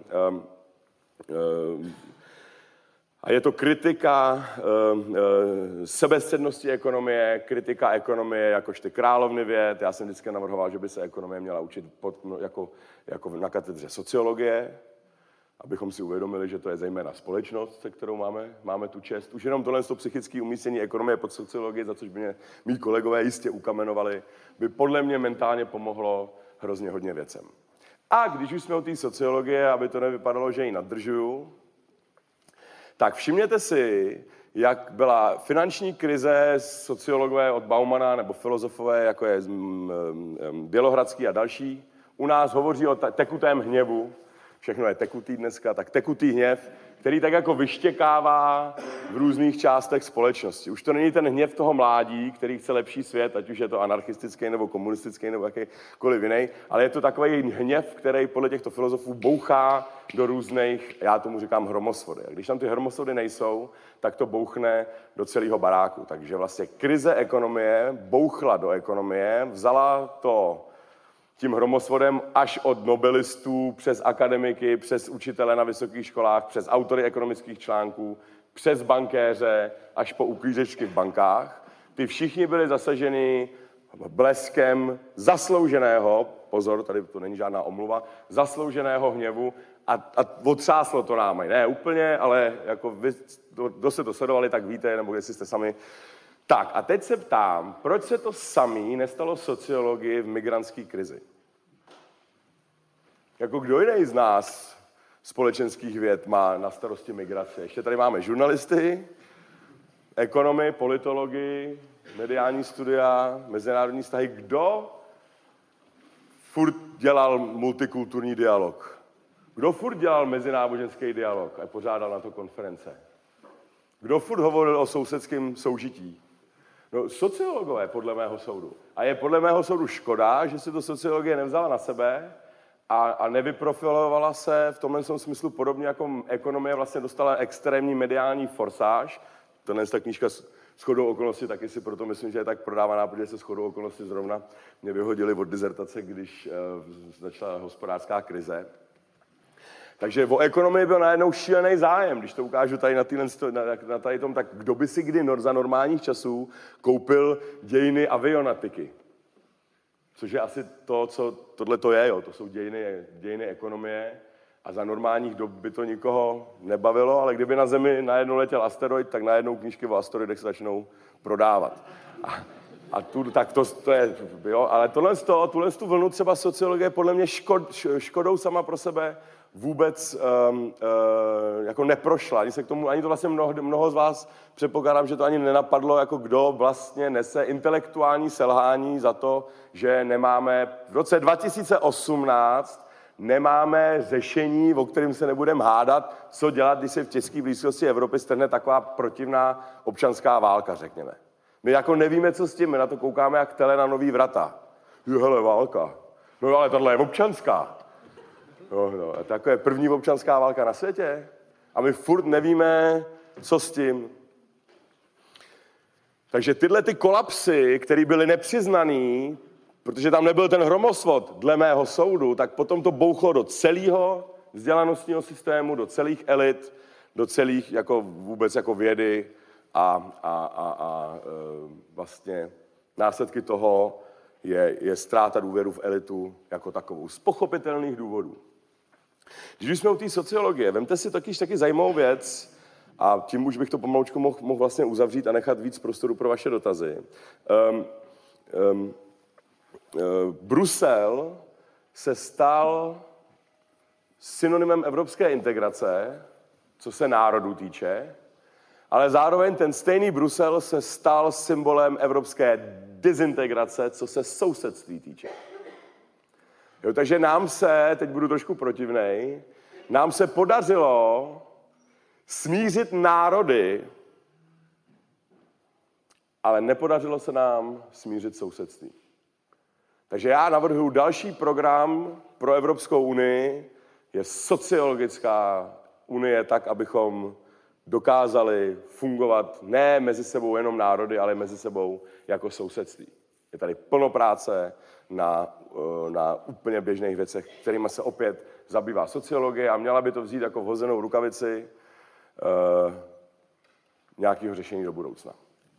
A je to kritika sebestřednosti ekonomie, kritika ekonomie jakož ty královny věd. Já jsem vždycky navrhoval, že by se ekonomie měla učit jako na katedře sociologie, abychom si uvědomili, že to je zejména společnost, se kterou máme tu čest. Už jenom tohle psychické umístění ekonomie pod sociologii, za což by mě mý kolegové jistě ukamenovali, by podle mě mentálně pomohlo hrozně hodně věcem. A když už jsme o té sociologie, aby to nevypadalo, že ji naddržuju, tak všimněte si, jak byla finanční krize, sociologové od Baumana nebo filozofové, jako je Bělohradský a další, u nás hovoří o tekutém hněvu. Všechno je tekutý dneska, tak tekutý hněv který tak jako vyštěkává v různých částech společnosti. Už to není ten hněv toho mládí, který chce lepší svět, ať už je to anarchistický nebo komunistický nebo jakýkoliv jiný, ale je to takový hněv, který podle těchto filozofů bouchá do různých, já tomu říkám hromosvody. A když tam ty hromosvody nejsou, tak to bouchne do celého baráku. Takže vlastně krize ekonomie bouchla do ekonomie, vzala to tím hromosvodem až od nobelistů, přes akademiky, přes učitele na vysokých školách, přes autory ekonomických článků, přes bankéře, až po uklízečky v bankách. Ty všichni byli zasaženi bleskem zaslouženého, pozor, tady to není žádná omluva, zaslouženého hněvu a otřáslo to námi. Ne úplně, ale jako vy, kdo jste to sledovali, tak víte, nebo jestli jste sami. Tak a teď se ptám, proč se to samý nestalo sociologii v migrantské krizi? Jako kdo jiný z nás společenských věd má na starosti migraci? Ještě tady máme žurnalisty, ekonomy, politologii, mediální studia, mezinárodní vztahy. Kdo furt dělal multikulturní dialog? Kdo furt dělal mezináboženský dialog a pořádal na to konference? Kdo furt hovoril o sousedském soužití? No, sociologové, podle mého soudu. A je podle mého soudu škoda, že si to sociologie nevzala na sebe a nevyprofilovala se v tomhle smyslu podobně jako ekonomie vlastně dostala extrémní mediální forsáž. Tohle je ta knížka shodou okolností, taky si proto myslím, že je tak prodávaná, protože se shodou okolností zrovna mě vyhodili od dizertace, když začala hospodářská krize. Takže o ekonomii byl najednou šílený zájem. Když to ukážu tady na tady tom, tak kdo by si kdy za normálních časů koupil dějiny avionatiky? Což je asi to, co tohle to je, jo. To jsou dějiny ekonomie a za normálních dob by to nikoho nebavilo, ale kdyby na Zemi najednou letěl asteroid, tak najednou knížky o asteroidech se začnou prodávat. Tak to je, jo, ale tuhle vlnu třeba sociologie podle mě škodou sama pro sebe vůbec jako neprošla. Ani to vlastně mnoho z vás předpokládám, že to ani nenapadlo, jako kdo vlastně nese intelektuální selhání za to, že nemáme v roce 2018 nemáme řešení, o kterém se nebudeme hádat, co dělat, když se v české blízkosti Evropy strhne taková protivná občanská válka, řekněme. My jako nevíme, co s tím, my na to koukáme jak tele na nový vrata. Hele, válka. No ale tohle je občanská. No, a to je první občanská válka na světě. A my furt nevíme, co s tím. Takže tyhle ty kolapsy, které byly nepřiznaný, protože tam nebyl ten hromosvod, dle mého soudu, tak potom to bouchlo do celého vzdělanostního systému, do celých elit, do celých jako vůbec jako vědy a vlastně následky toho je ztráta důvěru v elitu jako takovou. Z pochopitelných důvodů. Když jsme u té sociologie, vemte si taky zajímavou věc, a tím už bych to pomalučku mohl vlastně uzavřít a nechat víc prostoru pro vaše dotazy. Brusel se stal synonymem evropské integrace, co se národů týče, ale zároveň ten stejný Brusel se stal symbolem evropské dezintegrace, co se sousedství týče. Jo, takže nám se, teď budu trošku protivnej, nám se podařilo smířit národy, ale nepodařilo se nám smířit sousedství. Takže já navrhuji další program pro Evropskou unii, je sociologická unie tak, abychom dokázali fungovat ne mezi sebou jenom národy, ale mezi sebou jako sousedství. Je tady plno práce na úplně běžných věcech, kterými se opět zabývá sociologie a měla by to vzít jako vhozenou rukavici nějakého řešení do budoucna.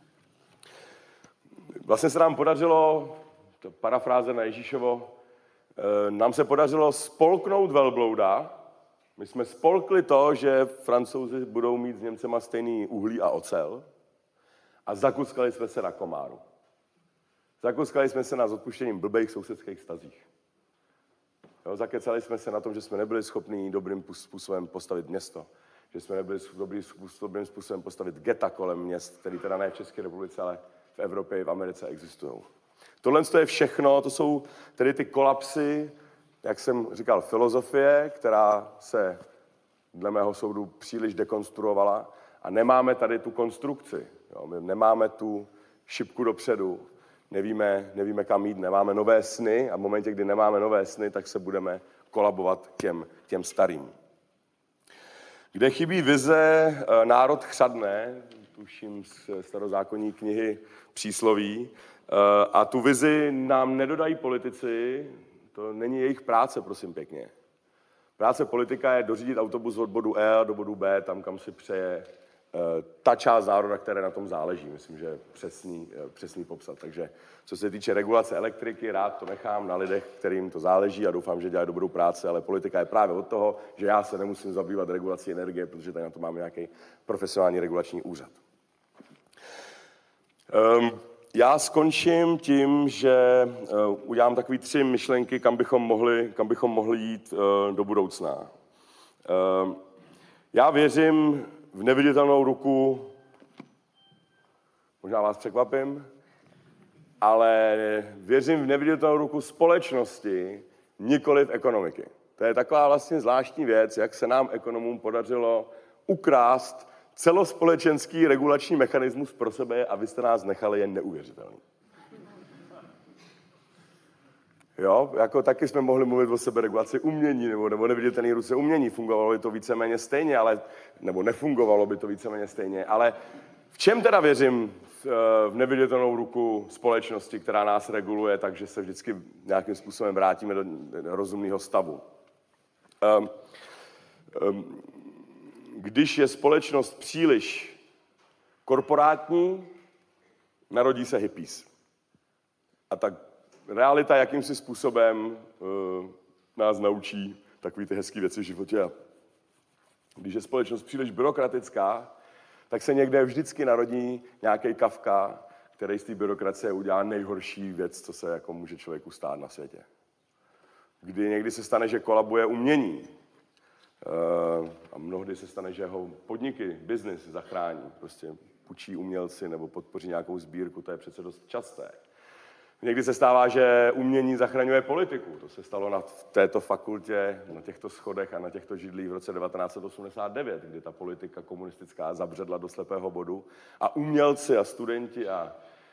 Vlastně se nám podařilo, to parafráze na Ježíšovo, nám se podařilo spolknout velblouda. My jsme spolkli to, že Francouzi budou mít s Němcema stejný uhlí a ocel a zakuckali jsme se na komáru. Zakuckali jsme se na odpuštěním blbejch sousedských vztazích. Zakecali jsme se na tom, že jsme nebyli schopni dobrým způsobem postavit město, že jsme nebyli dobrým způsobem postavit geta kolem měst, které teda ne v České republice, ale v Evropě i v Americe existují. Tohle je všechno, to jsou tedy ty kolapsy, jak jsem říkal, filozofie, která se dle mého soudu příliš dekonstruovala a nemáme tady tu konstrukci. Jo? My nemáme tu šipku dopředu, nevíme kam jít, nemáme nové sny a v momentě, kdy nemáme nové sny, tak se budeme kolabovat k těm starým. Kde chybí vize, národ chřadne, tuším z starozákonní knihy Přísloví, a tu vizi nám nedodají politici, to není jejich práce, prosím pěkně. Práce politika je dořídit autobus od bodu E do bodu B, tam, kam si přeje ta část národa, které na tom záleží. Myslím, že je přesný popsat. Takže co se týče regulace elektriky, rád to nechám na lidech, kterým to záleží a doufám, že dělají dobrou práci, ale politika je právě od toho, že já se nemusím zabývat regulací energie, protože tady na to máme nějaký profesionální regulační úřad. Já skončím tím, že udělám takový 3 myšlenky, kam bychom mohli jít do budoucna. Já věřím v neviditelnou ruku, možná vás překvapím, ale věřím v neviditelnou ruku společnosti, nikoliv ekonomiky. To je taková vlastně zvláštní věc, jak se nám ekonomům podařilo ukrást celospolečenský regulační mechanismus pro sebe a vy jste nás nechali jen neuvěřitelný. Jo, jako taky jsme mohli mluvit o seberegulaci umění nebo neviditelné ruce umění. Fungovalo by to víceméně stejně, nebo nefungovalo by to víceméně stejně. Ale v čem teda věřím v neviditelnou ruku společnosti, která nás reguluje, takže se vždycky nějakým způsobem vrátíme do rozumného stavu? Když je společnost příliš korporátní, narodí se hippies. A tak realita jakýmsi způsobem nás naučí takový ty hezký věci v životě. A když je společnost příliš byrokratická, tak se někde vždycky narodí nějaký Kafka, který z té byrokracie udělá nejhorší věc, co se jako může člověku stát na světě. Kdy někdy se stane, že kolabuje umění. A mnohdy se stane, že ho podniky, biznis zachrání. Prostě půjčí umělci nebo podpoří nějakou sbírku, to je přece dost časté. Někdy se stává, že umění zachraňuje politiku. To se stalo na této fakultě, na těchto schodech a na těchto židlích v roce 1989, kdy ta politika komunistická zabředla do slepého bodu a umělci a studenti a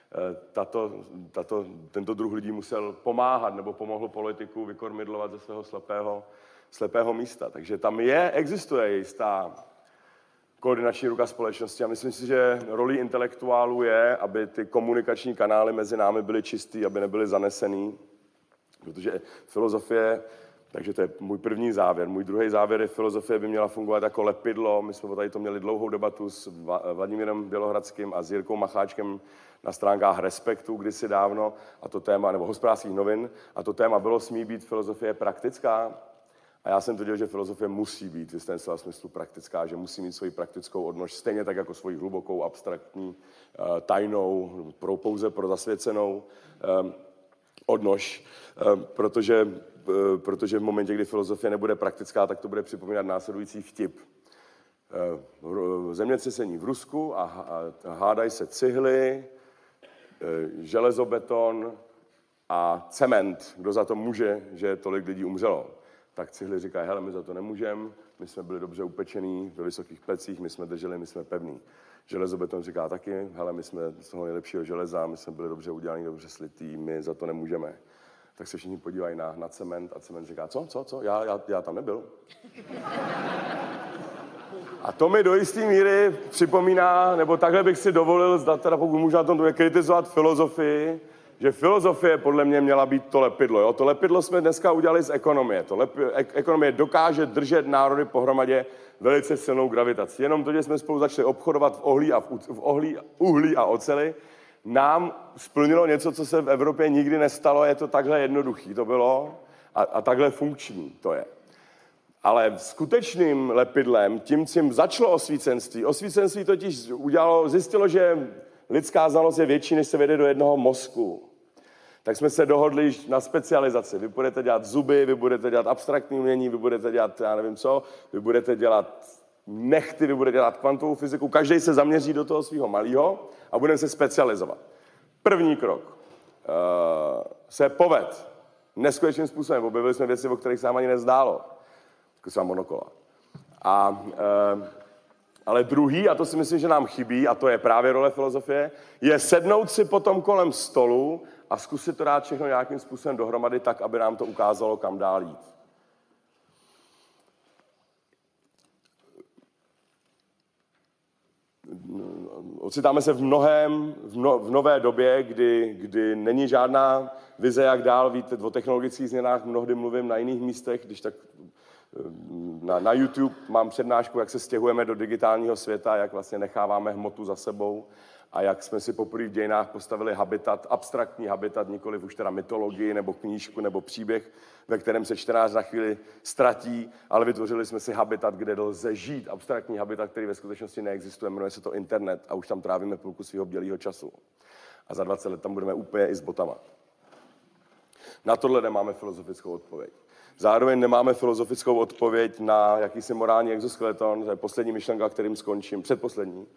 tento druh lidí musel pomáhat nebo pomohl politiku vykormidlovat ze svého slepého místa. Takže tam existuje jistá koordinační ruka společnosti a myslím si, že rolí intelektuálů je, aby ty komunikační kanály mezi námi byly čistý, aby nebyly zanesený, protože filozofie, takže to je můj první závěr. Můj druhý závěr je, filozofie by měla fungovat jako lepidlo. My jsme tady to měli dlouhou debatu s Vladimírem Bělohradským a s Jirkou Macháčkem na stránkách Respektu kdysi dávno, a to téma, nebo Hospodářských novin, a to téma bylo, smí být filozofie praktická. A já jsem tvrdil, že filozofie musí být v jistém slova smyslu praktická, že musí mít svoji praktickou odnož, stejně tak jako svoji hlubokou, abstraktní, tajnou, pouze pro zasvěcenou odnož, protože v momentě, kdy filozofie nebude praktická, tak to bude připomínat následující vtip. Zemětřesení v Rusku a hádají se cihly, železobeton a cement. Kdo za to může, že tolik lidí umřelo? Tak cihly říkají, hele, my za to nemůžeme, my jsme byli dobře upečení ve vysokých pecích, my jsme drželi, my jsme pevní. Železobeton říká taky, hele, my jsme z toho nejlepšího železa, my jsme byli dobře udělaný, dobře slitý, my za to nemůžeme. Tak se všichni podívají na cement a cement říká, co? Já tam nebyl. A to mi do jisté míry připomíná, nebo takhle bych si dovolil, zda teda pokud můžu na tom kritizovat filozofii, že filozofie podle mě měla být to lepidlo. Jo? To lepidlo jsme dneska udělali z ekonomie. Ekonomie dokáže držet národy pohromadě velice silnou gravitací. Jenom to, že jsme spolu začali obchodovat v uhlí a oceli, nám splnilo něco, co se v Evropě nikdy nestalo. Je to takhle jednoduchý. To bylo a takhle funkční to je. Ale skutečným lepidlem, tím, čím začalo osvícenství totiž zjistilo, že lidská znalost je větší, než se vede do jednoho mozku. Tak jsme se dohodli na specializaci. Vy budete dělat zuby, vy budete dělat abstraktní umění, vy budete dělat, já nevím co, vy budete dělat nechty, vy budete dělat kvantovou fyziku. Každý se zaměří do toho svého malého a budeme se specializovat. První krok se poved neskutečným způsobem. Objevili jsme věci, o kterých se nám ani nezdálo. Jako třeba monokola. Ale druhý, a to si myslím, že nám chybí, a to je právě role filozofie, je sednout si potom kolem stolu a zkusit to dát všechno nějakým způsobem dohromady tak, aby nám to ukázalo, kam dál jít. Ocitáme se v nové době, kdy není žádná vize, jak dál. Víte, o technologických změnách mnohdy mluvím na jiných místech, když tak na YouTube mám přednášku, jak se stěhujeme do digitálního světa, jak vlastně necháváme hmotu za sebou a jak jsme si poprvé v dějinách postavili habitat, abstraktní habitat, nikoliv už teda mytologii nebo knížku nebo příběh, ve kterém se čtenář na chvíli ztratí, ale vytvořili jsme si habitat, kde lze žít, abstraktní habitat, který ve skutečnosti neexistuje, jmenuje se to internet a už tam trávíme půlku svého bdělého času. A za 20 let tam budeme úplně i s botama. Na tohle nemáme filozofickou odpověď. Zároveň nemáme filozofickou odpověď na jakýsi morální exoskeleton, to je poslední myšlenka, kterým skončím, předposlední.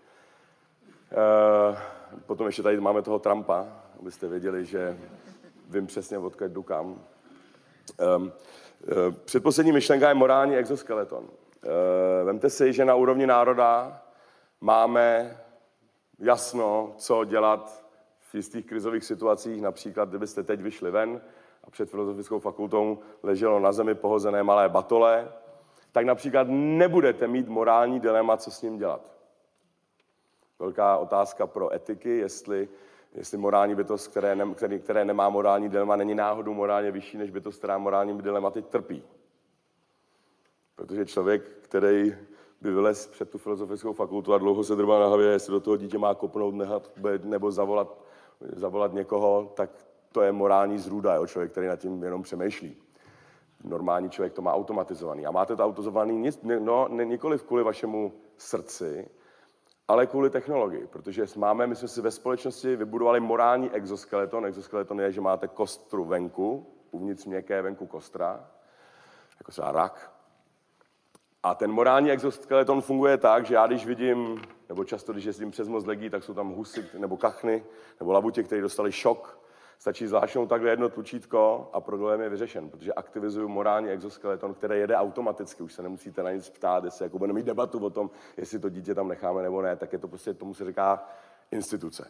Potom ještě tady máme toho Trumpa, abyste věděli, že vím přesně, odkud jdu kam. Předposlední myšlenka je morální exoskeleton. Vemte si, že na úrovni národa máme jasno, co dělat v jistých krizových situacích, například kdybyste teď vyšli ven a před filozofickou fakultou leželo na zemi pohozené malé batole, tak například nebudete mít morální dilema, co s ním dělat. Velká otázka pro etiky, jestli morální bytost, které nemá morální dilema, není náhodou morálně vyšší než bytost, která morálními dilematy trpí. Protože člověk, který by vylez před tu filozofickou fakultu a dlouho se drbá na hlavě, jestli do toho dítě má kopnout, nechat nebo zavolat někoho, tak to je morální zrůda, jo? Člověk, který nad tím jenom přemýšlí. Normální člověk to má automatizovaný. A máte to automatizovaný nikoliv kvůli vašemu srdci, ale kvůli technologii, protože my jsme si ve společnosti vybudovali morální exoskeleton. Exoskeleton je, že máte kostru venku, uvnitř měkké, venku kostra, jako třeba rak. A ten morální exoskeleton funguje tak, že já když vidím, nebo často, když jezdím přes most Legí, tak jsou tam husy, nebo kachny, nebo labutě, kteří dostali šok. Stačí zvláštnout takhle jedno tlučítko a problém je vyřešen, protože aktivizuju morální exoskeleton, který jede automaticky. Už se nemusíte na nic ptát, jestli jako budeme mít debatu o tom, jestli to dítě tam necháme nebo ne, tak je to prostě, tomu se říká instituce.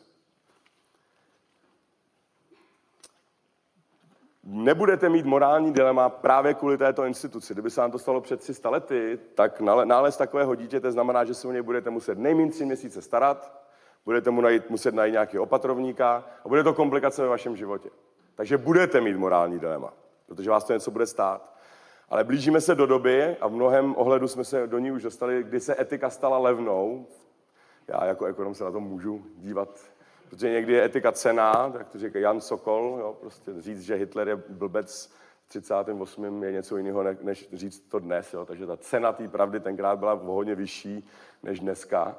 Nebudete mít morální dilema právě kvůli této instituci. Kdyby se vám to stalo před 300 lety, tak nález takového dítěte znamená, že se o něj budete muset nejméně 3 měsíce starat, budete mu muset najít nějakého opatrovníka a bude to komplikace ve vašem životě. Takže budete mít morální dilema, protože vás to něco bude stát. Ale blížíme se do doby, a v mnohem ohledu jsme se do ní už dostali, kdy se etika stala levnou. Já jako ekonom se na to můžu dívat, protože někdy je etika cenná, tak to říká Jan Sokol, jo, prostě říct, že Hitler je blbec v 38. je něco jiného, než říct to dnes. Jo, takže ta cena té pravdy tenkrát byla hodně vyšší než dneska.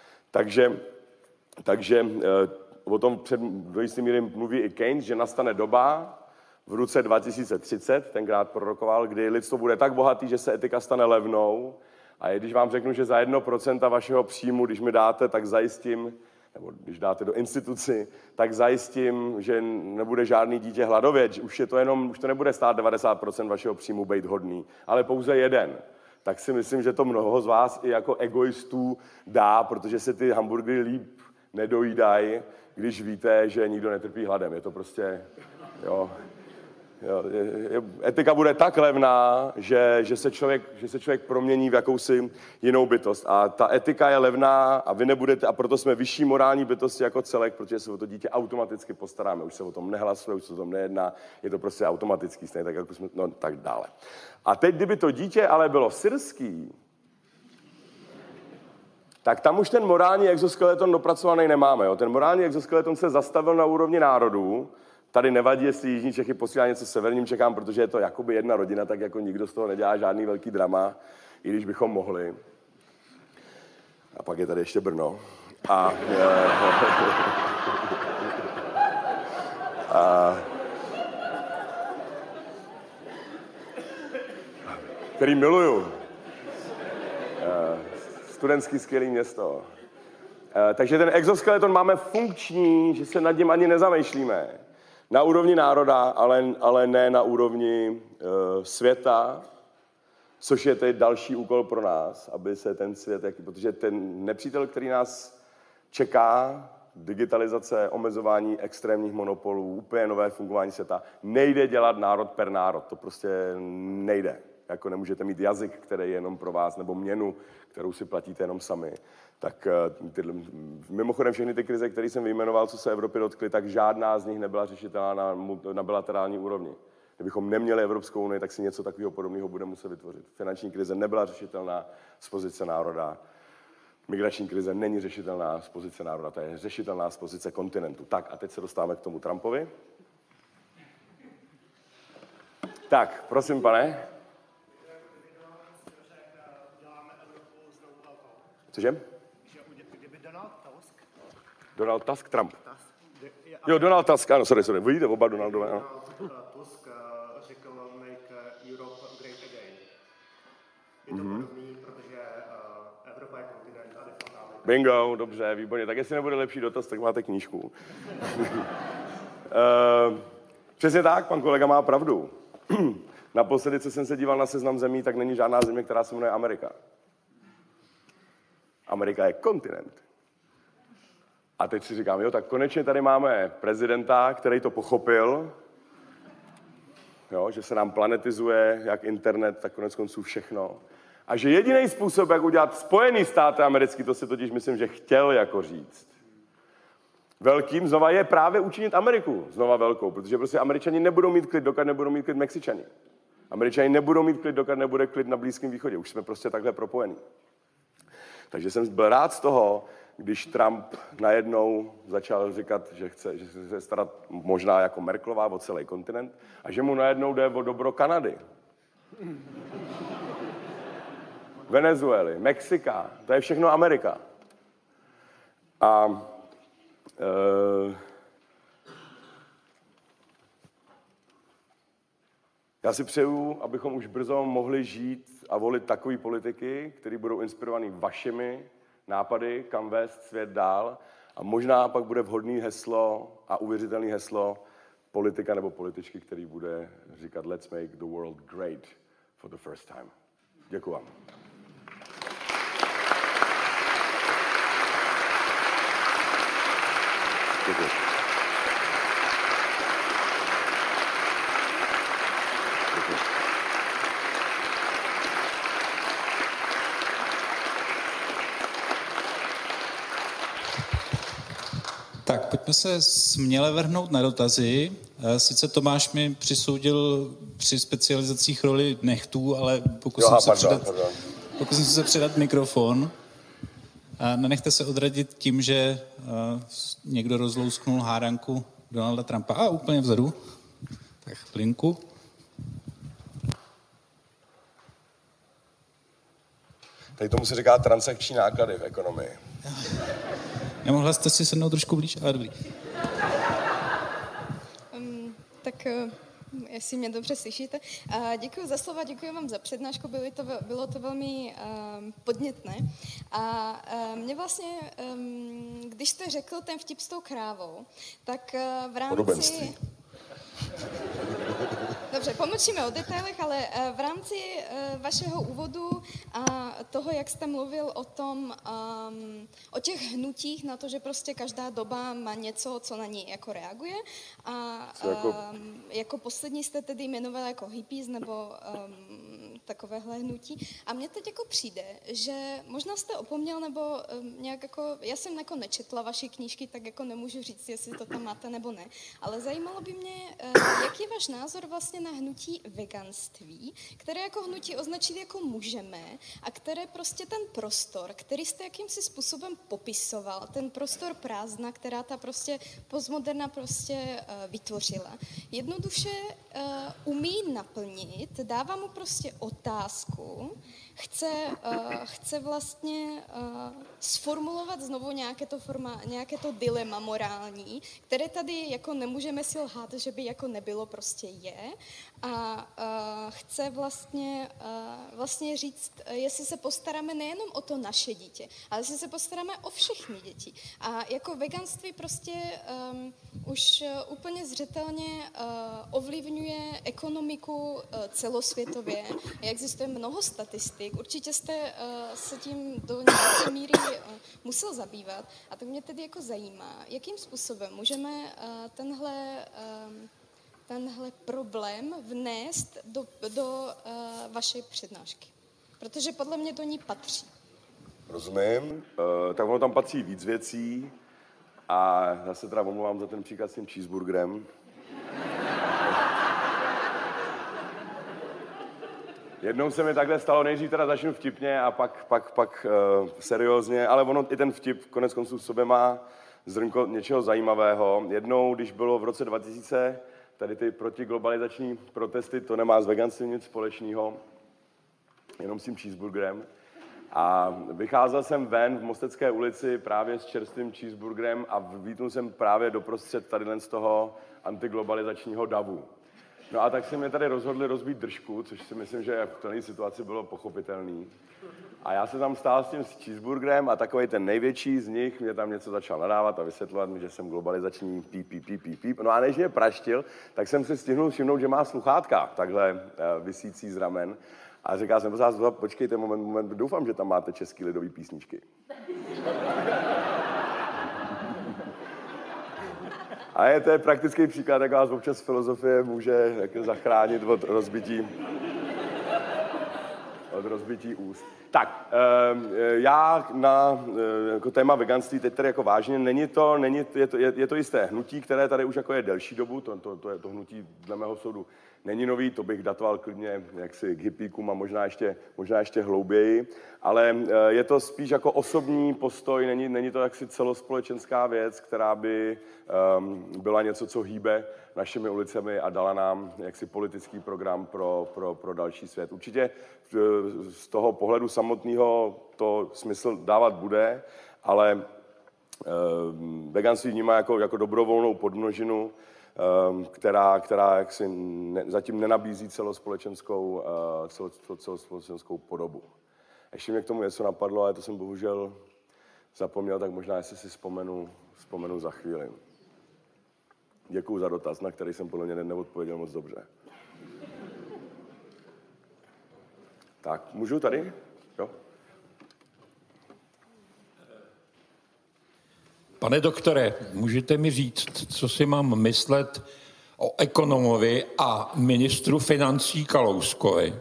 Takže o tom do jisté míry mluví i Keynes, že nastane doba v roce 2030, tenkrát prorokoval, kdy lidstvo bude tak bohatý, že se etika stane levnou. A když vám řeknu, že za 1% vašeho příjmu, když mi dáte, tak zajistím, nebo když dáte do instituci, tak zajistím, že nebude žádný dítě hladovět. Už to nebude stát 90% vašeho příjmu být hodný, ale pouze jeden. Tak si myslím, že to mnoho z vás i jako egoistů dá, protože se ty hamburgery líp nedojídají, když víte, že nikdo netrpí hladem. Je to prostě, etika bude tak levná, že se člověk promění v jakousi jinou bytost. A ta etika je levná a vy nebudete, a proto jsme vyšší morální bytosti jako celek, protože se o to dítě automaticky postaráme. Už se o tom nehlasuje, už se o tom nejedná, je to prostě automatický, stejně tak, jako jsme, tak dále. A teď, kdyby to dítě ale bylo syrský, tak tam už ten morální exoskeleton dopracovaný nemáme. Jo? Ten morální exoskeleton se zastavil na úrovni národů. Tady nevadí, jestli Jižní Čechy posílá něco severním Čechám, protože je to jakoby jedna rodina, tak jako nikdo z toho nedělá žádný velký drama, i když bychom mohli. A pak je tady ještě Brno. Který miluju. Studentský skvělý město. Takže ten exoskeleton máme funkční, že se nad ním ani nezamýšlíme. Na úrovni národa, ale ne na úrovni světa. Což je tedy další úkol pro nás, aby se ten svět, protože ten nepřítel, který nás čeká, digitalizace, omezování extrémních monopolů, úplně nové fungování světa, nejde dělat národ per národ, to prostě nejde. Jako nemůžete mít jazyk, který je jenom pro vás, nebo měnu, kterou si platíte jenom sami. Tak mimochodem všechny ty krize, které jsem vyjmenoval, co se Evropy dotkly, tak žádná z nich nebyla řešitelná na bilaterální úrovni. Kdybychom neměli Evropskou unii, tak si něco takového podobného budeme muset vytvořit. Finanční krize nebyla řešitelná z pozice národa. Migrační krize není řešitelná z pozice národa, to je řešitelná z pozice kontinentu. Tak a teď se dostáváme k tomu Trumpovi. Tak, prosím, pane. Cože? Donald Tusk, Trump. Jo, Donald Tusk, ano, sorry. Vidíte oba Donaldové, ano. Tusk řekl make Europe great again. Je to podobný, protože Evropa je kontinent a defaktáme. Bingo, dobře, výborně. Tak jestli nebude lepší dotaz, tak máte knížku. Přesně tak, pan kolega má pravdu. Naposledy, co jsem se díval na seznam zemí, tak není žádná země, která se jmenuje Amerika. Amerika je kontinent. A teď si říkám, jo, tak konečně tady máme prezidenta, který to pochopil, jo, že se nám planetizuje jak internet, tak konec konců všechno. A že jediný způsob, jak udělat Spojený státy americký, to si totiž myslím, že chtěl jako říct, velkým znova je právě učinit Ameriku znova velkou, protože prostě Američani nebudou mít klid, dokud nebudou mít klid Mexičani. Američani nebudou mít klid, dokud nebude klid na Blízkém východě. Už jsme prostě takhle propojení. Takže jsem byl rád z toho, když Trump najednou začal říkat, že se starat možná jako Merkelová o celý kontinent a že mu najednou jde o dobro Kanady. Venezuely, Mexika, to je všechno Amerika. A já si přeju, abychom už brzo mohli žít a volit takové politiky, které budou inspirovaný vašimi nápady, kam vést svět dál. A možná pak bude vhodný heslo a uvěřitelný heslo politika nebo političky, který bude říkat Let's make the world great for the first time. Děkuji vám. Děkuji. Tak, pojďme se směle vrhnout na dotazy. Sice Tomáš mi přisoudil při specializacích roli nechtů, ale pokusím se předat mikrofon. A nenechte se odradit tím, že někdo rozlousknul hádanku Donalda Trumpa. A úplně vzadu. Tak chvilinku. Tady tomu se říká transakční náklady v ekonomii. Nemohla jste si sednout trošku blíž, ale dobrý. Tak jestli mě dobře slyšíte. Děkuji za slova, děkuji vám za přednášku, bylo to velmi podnětné. A mě vlastně, když jste řekl ten vtip s tou krávou, tak v rámci... Podobenství. Dobře, pomlčíme o detailech, ale v rámci vašeho úvodu a toho, jak jste mluvil o tom, o těch hnutích na to, že prostě každá doba má něco, co na ní jako reaguje. A jako poslední jste tedy jmenoval jako hippies nebo takovéhle hnutí. A mně teď jako přijde, že možná jste opomněl, nebo nějak jako, já jsem jako nečetla vaše knížky, tak jako nemůžu říct, jestli to tam máte nebo ne, ale zajímalo by mě, jaký je váš názor vlastně na hnutí veganství, které jako hnutí označili jako můžeme a které prostě ten prostor, který jste jakýmsi způsobem popisoval, ten prostor prázdna, která ta prostě postmoderna prostě vytvořila, jednoduše umí naplnit, dává mu prostě otázku, chce vlastně sformulovat znovu nějaké to dilema morální, které tady jako nemůžeme si lhát, že by jako nebylo, prostě je. A chce vlastně říct, jestli se postaráme nejenom o to naše dítě, ale jestli se postaráme o všechny děti. A jako veganství prostě už úplně zřetelně ovlivňuje ekonomiku celosvětově. existuje mnoho statistik, určitě jste se tím do nějaké míry musel zabývat. A tak mě tedy jako zajímá, jakým způsobem můžeme tenhle problém vnést do vaší přednášky. Protože podle mě do ní patří. Rozumím. Tak ono tam patří víc věcí a já se teda omlouvám za ten příklad s tím cheeseburgerem. Jednou se mi takhle stalo, nejdřív teda začnu vtipně a pak seriózně, ale ono i ten vtip konec konců v sobě má zrnko něčeho zajímavého. Jednou, když bylo v roce 2000 tady ty protiglobalizační protesty, to nemá s veganstvím nic společného, jenom s tím cheeseburgerem. A vycházel jsem ven v Mostecké ulici právě s čerstvým cheeseburgerem a vlítnul jsem právě doprostřed tadyhle z toho antiglobalizačního davu. No a tak se mě tady rozhodli rozbít držku, což si myslím, že v této situaci bylo pochopitelný. A já se tam stál s tím cheeseburgerem a takovej ten největší z nich mě tam něco začal nadávat a vysvětlovat mi, že jsem globalizační píp. No a než mě praštil, tak jsem si stihnul všimnout, že má sluchátka takhle visící z ramen. A říkal jsem, počkejte moment, doufám, že tam máte český lidový písničky. A to je praktický příklad, jak vás občas filozofie může zachránit od rozbití úst. Tak, já na jako téma veganství teď tady jako vážně, je to jisté hnutí, které tady už jako je delší dobu, to hnutí dle mého soudu není nový, to bych datoval klidně jaksi k hippíkům a možná ještě hlouběji, ale je to spíš jako osobní postoj, není to jaksi celospolečenská věc, která by byla něco, co hýbe našimi ulicemi a dala nám jaksi politický program pro další svět. Určitě z toho pohledu samotného to smysl dávat bude, ale veganství vnímá jako dobrovolnou podmnožinu, která jaksi zatím nenabízí celospolečenskou podobu. Ještě mě k tomu něco napadlo, ale to jsem bohužel zapomněl, tak možná, jestli si vzpomenu za chvíli. Děkuju za dotaz, na který jsem podle mě neodpověděl moc dobře. Tak, můžu tady? Jo? Pane doktore, můžete mi říct, co si mám myslet o ekonomovi a ministru financí Kalouskovi?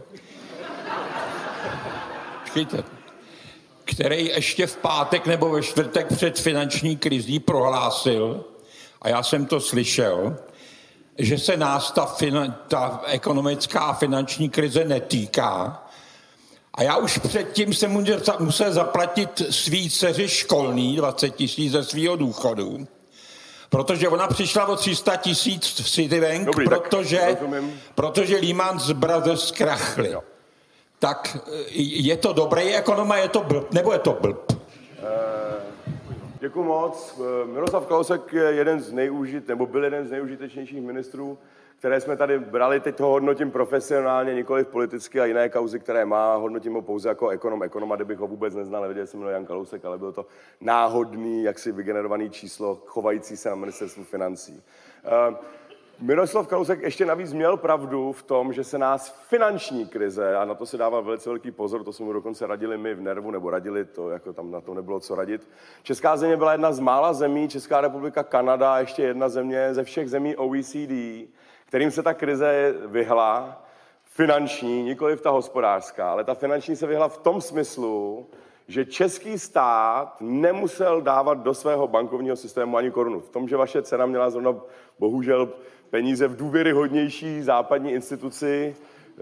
Počkejte, který ještě v pátek nebo ve čtvrtek před finanční krizí prohlásil, a já jsem to slyšel, že se nás ta ekonomická a finanční krize netýká. A já už předtím jsem musel zaplatit svý dceři školný 20 000 ze svýho důchodu, protože ona přišla o 300 000 v Citibank, protože Lehman Brothers zkrachli. Jo. Tak je to dobrý ekonom a je to blb, nebo je to blb? Děkuji moc. Miroslav Kalousek je byl jeden z nejužitečnějších ministrů, které jsme tady brali. Teď ho hodnotím profesionálně, nikoliv politicky a jiné kauzy, které má. Hodnotím ho pouze jako ekonoma, kdybych ho vůbec neznal, nevěděl jsem, Jan Kalousek, ale bylo to náhodný, jaksi vygenerovaný číslo, chovající se na ministerstvu financí. Miroslav Kalousek ještě navíc měl pravdu v tom, že se nás finanční krize, a na to se dával velice velký pozor, to jsme mu dokonce radili my v Nervu, nebo radili, to jako tam na to nebylo co radit. Česká země byla jedna z mála zemí, Česká republika, Kanada, ještě jedna země ze všech zemí OECD, kterým se ta krize vyhla, finanční, nikoliv ta hospodářská, ale ta finanční se vyhla v tom smyslu, že český stát nemusel dávat do svého bankovního systému ani korunu. V tom, že vaše dcera měla zrovna bohužel peníze v důvěryhodnější západní instituci,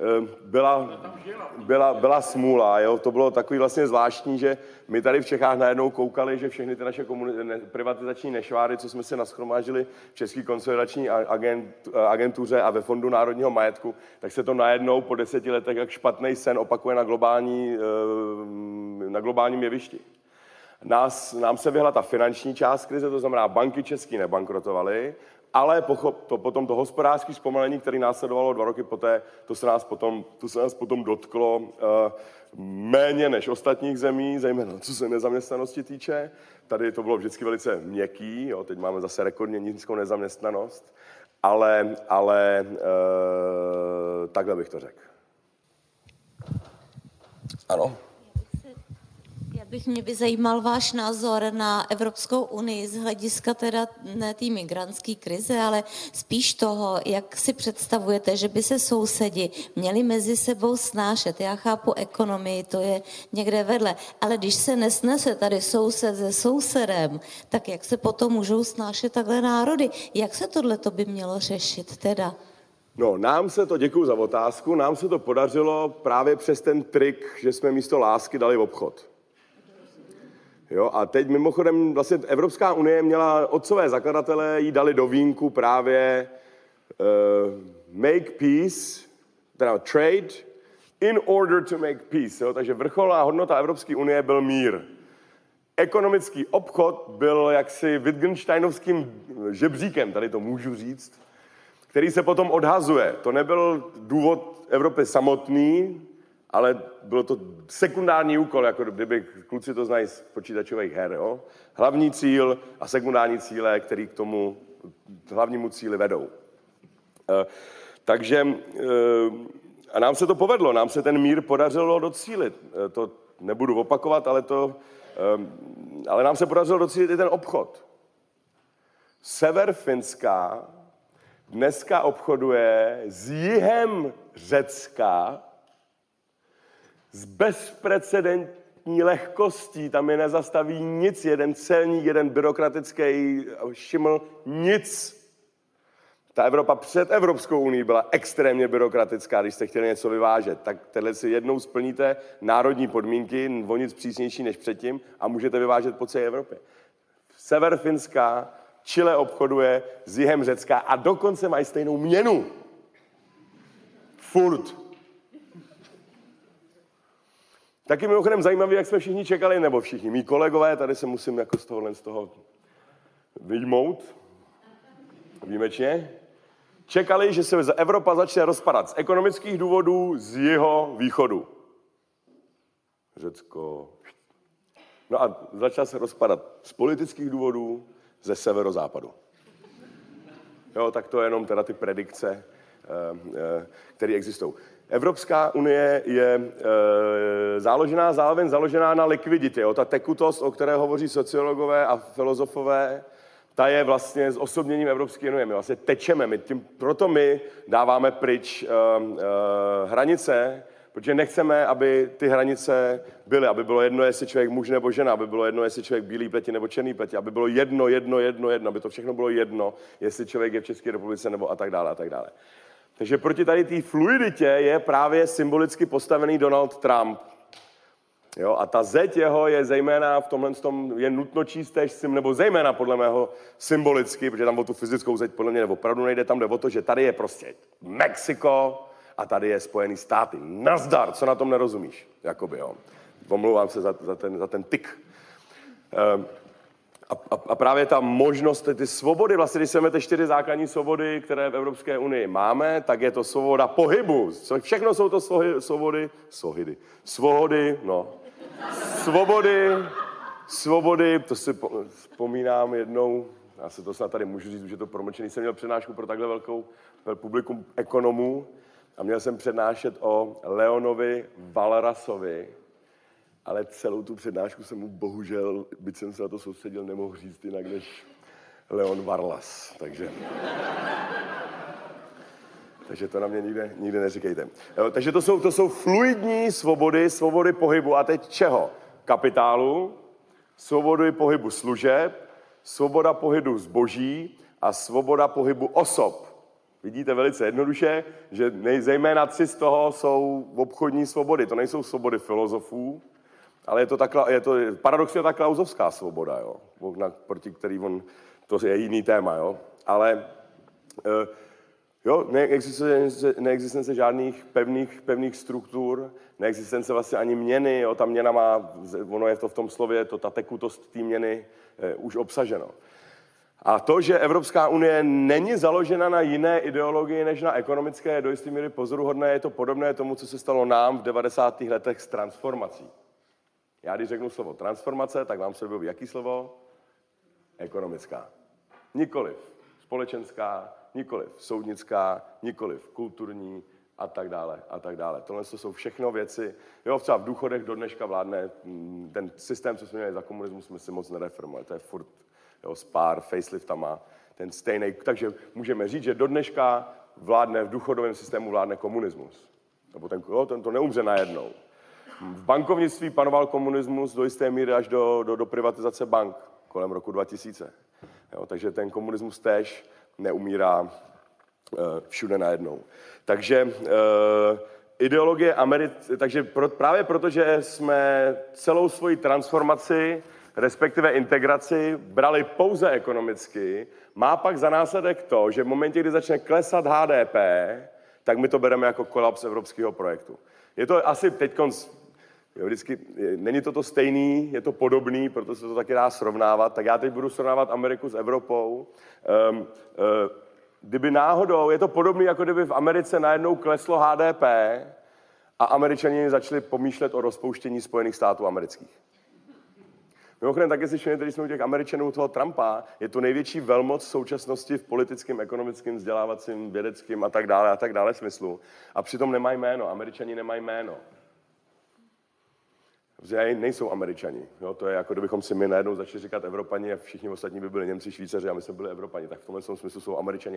byla smůla. Jo? To bylo takový vlastně zvláštní, že my tady v Čechách najednou koukali, že všechny ty naše privatizační nešváry, co jsme si nashromáždili v České konsolidační agentuře a ve Fondu národního majetku, tak se to najednou po 10 letech jak špatný sen opakuje na globálním jevišti. Nám se vyhla ta finanční část krize, to znamená, banky české nebankrotovaly, ale potom to hospodářské zpomalení, které následovalo 2 roky poté, to se nás potom dotklo méně než ostatních zemí, zejména co se nezaměstnanosti týče. Tady to bylo vždycky velice měkký, jo, teď máme zase rekordně nízkou nezaměstnanost, ale takhle bych to řekl. Ano. Mě by zajímal váš názor na Evropskou unii z hlediska teda ne té migrantské krize, ale spíš toho, jak si představujete, že by se sousedi měli mezi sebou snášet. Já chápu ekonomii, to je někde vedle, ale když se nesnese tady soused se sousedem, tak jak se potom můžou snášet takhle národy? Jak se tohleto by mělo řešit teda? No, děkuji za otázku, nám se to podařilo právě přes ten trik, že jsme místo lásky dali obchod. Jo, a teď mimochodem vlastně Evropská unie měla, otcové zakladatelé jí dali do vínku právě make peace, teda trade in order to make peace. Jo, takže vrcholná hodnota Evropské unie byl mír. Ekonomický obchod byl jaksi Wittgensteinovským žebříkem, tady to můžu říct, který se potom odhazuje. To nebyl důvod Evropy samotný, ale bylo to sekundární úkol, jako kdyby kluci to znají z počítačových her. Jo? Hlavní cíl a sekundární cíle, který k tomu hlavnímu cíli vedou. Takže a nám se to povedlo, nám se ten mír podařilo docílit. To nebudu opakovat, ale nám se podařilo docílit i ten obchod. Sever Finska dneska obchoduje s jihem Řecka s bezprecedentní lehkostí, tam je nezastaví nic, jeden celník, jeden byrokratický šiml, nic. Ta Evropa před Evropskou unii byla extrémně byrokratická, když jste chtěli něco vyvážet. Tak tenhle si jednou splníte národní podmínky, o nic přísnější než předtím a můžete vyvážet po celé Evropě. Sever Finska, Chile obchoduje s jihem Řecka a dokonce mají stejnou měnu. Furt. Taky mimochodem zajímavý, jak jsme všichni čekali, nebo všichni mý kolegové, tady se musím jako z toho vyjmout, výjimečně, čekali, že se Evropa začne rozpadat z ekonomických důvodů z jeho východu. Řecko. No a začala se rozpadat z politických důvodů ze severozápadu. Jo, tak to je jenom teda ty predikce, které existují. Evropská unie je zároveň založená na likviditě. Jo? Ta tekutost, o které hovoří sociologové a filozofové, ta je vlastně s osobněním Evropské unie. My vlastně tečeme, proto my dáváme pryč hranice, protože nechceme, aby ty hranice byly, aby bylo jedno, jestli člověk muž nebo žena, aby bylo jedno, jestli člověk bílý pleti nebo černý pleti, aby bylo jedno, aby to všechno bylo jedno, jestli člověk je v České republice nebo a tak dále, a tak dále. Takže proti tady té fluiditě je právě symbolicky postavený Donald Trump. Jo, a ta zeď jeho je zejména v tomhle je nutno číst též, nebo zejména podle mého symbolicky, protože tam o tu fyzickou zeď podle mě opravdu nejde, tam jde o to, že tady je prostě Mexiko a tady je Spojený státy. Nazdar, co na tom nerozumíš? Jakoby, jo. Omlouvám se za ten tik. A právě ta možnost, ty svobody, vlastně když se vezmete 4 základní svobody, které v Evropské unii máme, tak je to svoboda pohybu. Všechno jsou to svobody, to si vzpomínám jednou, já se to snad tady můžu říct, že to promlčený, jsem měl přednášku pro takhle velkou publikum ekonomů a měl jsem přednášet o Leonovi Walrasovi, ale celou tu přednášku jsem mu bohužel, byť jsem se na to soustředil, nemohl říct jinak než Leon Varlas. Takže to na mě nikdy neříkejte. Takže to jsou fluidní svobody pohybu. A teď čeho? Kapitálu, svobody pohybu služeb, svoboda pohybu zboží a svoboda pohybu osob. Vidíte velice jednoduše, že zejména 3 z toho jsou obchodní svobody. To nejsou svobody filozofů, ale je to paradoxně ta klausovská svoboda, jo, proti který to je jiný téma, jo. Ale jo, neexistence žádných pevných struktur, neexistence vlastně ani měny, jo, ta měna má, ono je to v tom slově, ta tekutost té měny už obsaženo. A to, že Evropská unie není založena na jiné ideologii než na ekonomické, je do jisté míry pozoruhodné, je to podobné tomu, co se stalo nám v 90. letech s transformací. Já když řeknu slovo transformace, tak vám se objeví jaký slovo? Ekonomická. Nikoliv společenská, nikoliv soudnická, nikoliv kulturní a tak dále, a tak dále. Tohle jsou všechno věci, jo, třeba v důchodech do dneška vládne ten systém, co jsme měli za komunismu, jsme si moc nereformovali, to je furt, jo, s pár faceliftama, ten stejný, takže můžeme říct, že do dneška vládne v důchodovém systému vládne komunismus. Nebo ten to neumře najednou. V bankovnictví panoval komunismus do jisté míry až do privatizace bank kolem roku 2000. Jo, takže ten komunismus též neumírá všude najednou. Takže ideologie takže právě proto, že jsme celou svoji transformaci, respektive integraci, brali pouze ekonomicky, má pak za následek to, že v momentě, kdy začne klesat HDP, tak my to bereme jako kolaps evropského projektu. Je to asi teďkonc, vždycky, není to stejný, je to podobný, proto se to taky dá srovnávat. Tak já teď budu srovnávat Ameriku s Evropou. Kdyby náhodou, je to podobný, jako kdyby v Americe najednou kleslo HDP a Američani začali pomýšlet o rozpouštění Spojených států amerických. Mimochodem, taky si všimněte, když jsme u těch Američanů toho Trumpa, je to největší velmoc současnosti v politickém, ekonomickém, vzdělávacím, vědeckém a tak dále smyslu. A přitom nemají jméno. Američani nemají jméno. Protože nejsou Američani. Jo? To je jako kdybychom si my najednou začali říkat Evropani a všichni ostatní by byli Němci, Švýcaři a my jsme byli Evropani. Tak v tomhle smyslu jsou Američani.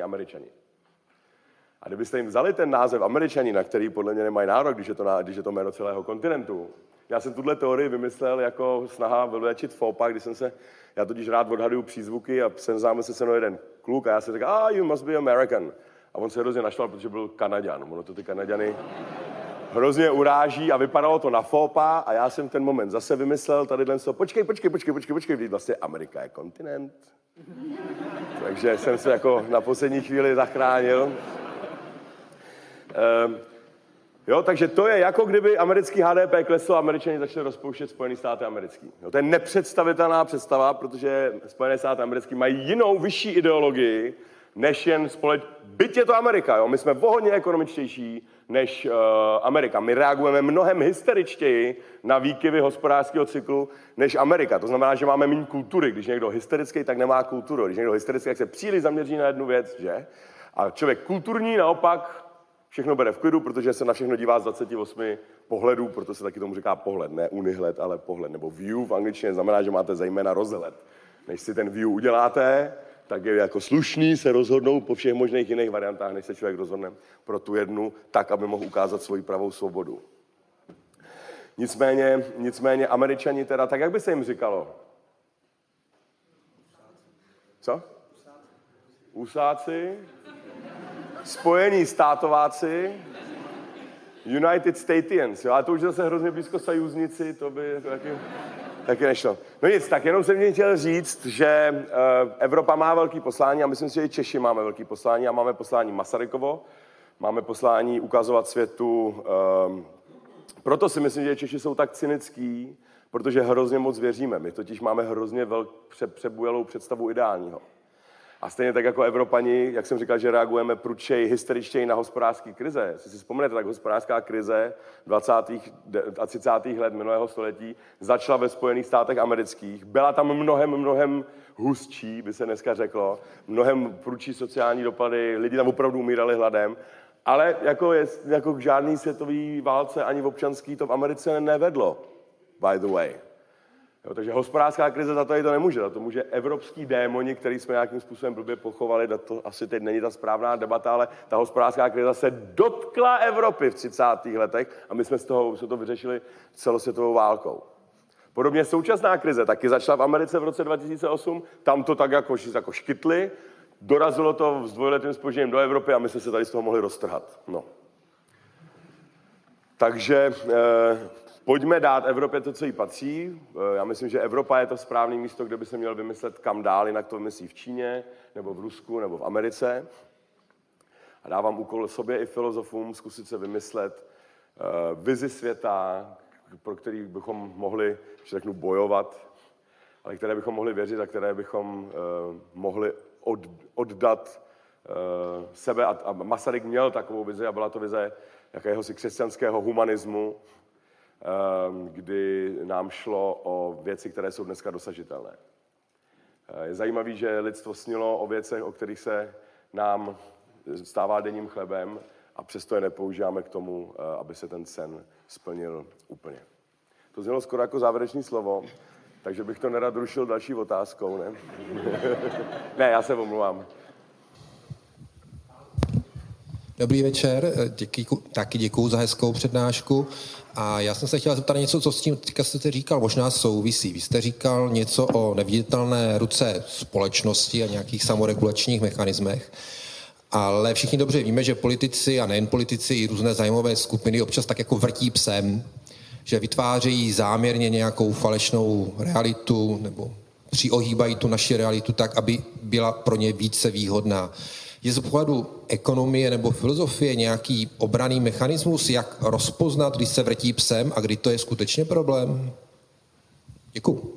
A kdybyste jim vzali ten název Američani, na který podle mě nemají nárok, když je to jméno celého kontinentu. Já jsem tuhle teorii vymyslel jako snaha vyléčit fópa, já totiž rád odhaduju přízvuky a seznámil se mnou jeden kluk a já jsem říkal, you must be American. A on se hrozně naštval, protože byl Kanaďan. Ono to ty Kanaďany hrozně uráží a vypadalo to na fópa a já jsem ten moment zase vymyslel tadyhle z toho, počkej, vlastně Amerika je kontinent. Takže jsem se jako na poslední chvíli zachránil. Jo, takže to je jako kdyby americký HDP kleslo a Američani začali rozpouštět Spojené státy americký. Jo, to je nepředstavitelná představa, protože Spojené státy americký mají jinou, vyšší ideologii, než jen byť je to Amerika, jo? My jsme o hodně ekonomičtější než Amerika. My reagujeme mnohem hysteričtěji na výkyvy hospodářského cyklu než Amerika. To znamená, že máme méně kultury. Když někdo hysterický, tak nemá kulturu. Když někdo hysterický, tak se příliš zaměří na jednu věc, že? A člověk kulturní naopak všechno bere v klidu, protože se na všechno dívá z 28 pohledů, proto se taky tomu říká pohled, ne unihled, ale pohled. Nebo view v angličtině znamená, že máte zejména rozhled. Než si ten view uděláte, tak je jako slušný se rozhodnout po všech možných jiných variantách, než se člověk rozhodne pro tu jednu, tak, aby mohl ukázat svoji pravou svobodu. Nicméně Američani teda, tak jak by se jim říkalo? Co? Úsáci? Spojení státováci? United Statians, jo? Ale to už zase hrozně blízko sajuznici, to by taky nešlo. No nic, tak jenom jsem chtěl říct, že Evropa má velký poslání a myslím si, že i Češi máme velký poslání a máme poslání Masarykovo, máme poslání ukazovat světu. Proto si myslím, že Češi jsou tak cynický, protože hrozně moc věříme. My totiž máme hrozně přebujelou představu ideálního. A stejně tak jako Evropani, jak jsem říkal, že reagujeme prudčej, hysteričtěji na hospodářské krize. Jestli si vzpomenete, tak hospodářská krize 20. a 30. let minulého století začala ve Spojených státech amerických. Byla tam mnohem hustší, by se dneska řeklo, mnohem prudší sociální dopady, lidi tam opravdu umírali hladem, ale jako k žádný světový válce ani v občanský to v Americe nevedlo, by the way. Jo, takže hospodářská krize za to nemůže. Za to může evropský démoni, který jsme nějakým způsobem blbě pochovali, to asi teď není ta správná debata, ale ta hospodářská krize se dotkla Evropy v 30. letech a my jsme se to vyřešili celosvětovou válkou. Podobně současná krize taky začala v Americe v roce 2008, tam to tak jako škytli, dorazilo to s dvojletým zpožděním do Evropy a my jsme se tady z toho mohli roztrhat. No. Takže pojďme dát Evropě to, co jí patří. Já myslím, že Evropa je to správné místo, kde by se měl vymyslet kam dál, jinak to vymyslí v Číně, nebo v Rusku, nebo v Americe. A dávám úkol sobě i filozofům zkusit se vymyslet vizi světa, pro který bychom mohli, že řeknu, bojovat, ale které bychom mohli věřit a které bychom mohli oddat sebe. A Masaryk měl takovou vizi a byla to vize jakéhosi křesťanského humanismu, kdy nám šlo o věci, které jsou dneska dosažitelné. Je zajímavé, že lidstvo snilo o věcech, o kterých se nám stává denním chlebem a přesto je nepoužíváme k tomu, aby se ten sen splnil úplně. To znělo skoro jako závěrečné slovo, takže bych to nerad rušil další otázkou, ne? Ne, já se omlouvám. Dobrý večer, taky děkuju za hezkou přednášku. A já jsem se chtěl zeptat něco, co s tím teďka jste říkal, možná souvisí. Vy jste říkal něco o neviditelné ruce společnosti a nějakých samoregulačních mechanismech, ale všichni dobře víme, že politici a nejen politici, i různé zájmové skupiny občas tak jako vrtí psem, že vytvářejí záměrně nějakou falešnou realitu nebo přiohýbají tu naši realitu tak, aby byla pro ně více výhodná. Je z pohledu ekonomie nebo filozofie nějaký obranný mechanismus, jak rozpoznat, když se vrtí psem a kdy to je skutečně problém? Děkuju.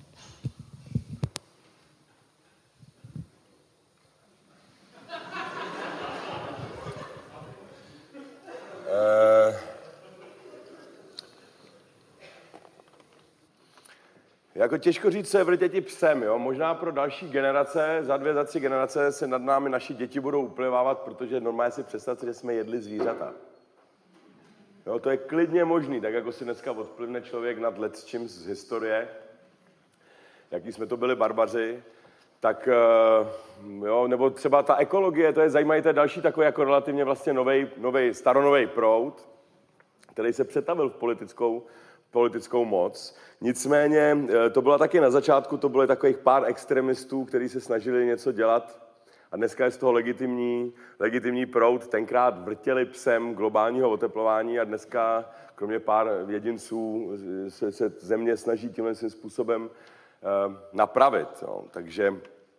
Jako těžko říct, co je vrtěti psem, jo? Možná pro další generace, za 2, za 3 generace se nad námi naši děti budou uplivávat, protože normálně si představte, že jsme jedli zvířata. Jo, to je klidně možný, tak jako si dneska odplivne člověk nad lecčím z historie, jaký jsme to byli barbaři, tak jo, nebo třeba ta ekologie, to je zajímavý, to je další takový jako relativně vlastně staronový proud, který se přetavil v politickou moc. Nicméně to bylo taky na začátku, to bylo takových pár extremistů, kteří se snažili něco dělat a dneska je z toho legitimní proud. Tenkrát vrtěli psem globálního oteplování a dneska, kromě pár jedinců, se země snaží tímhle způsobem napravit. Jo. Takže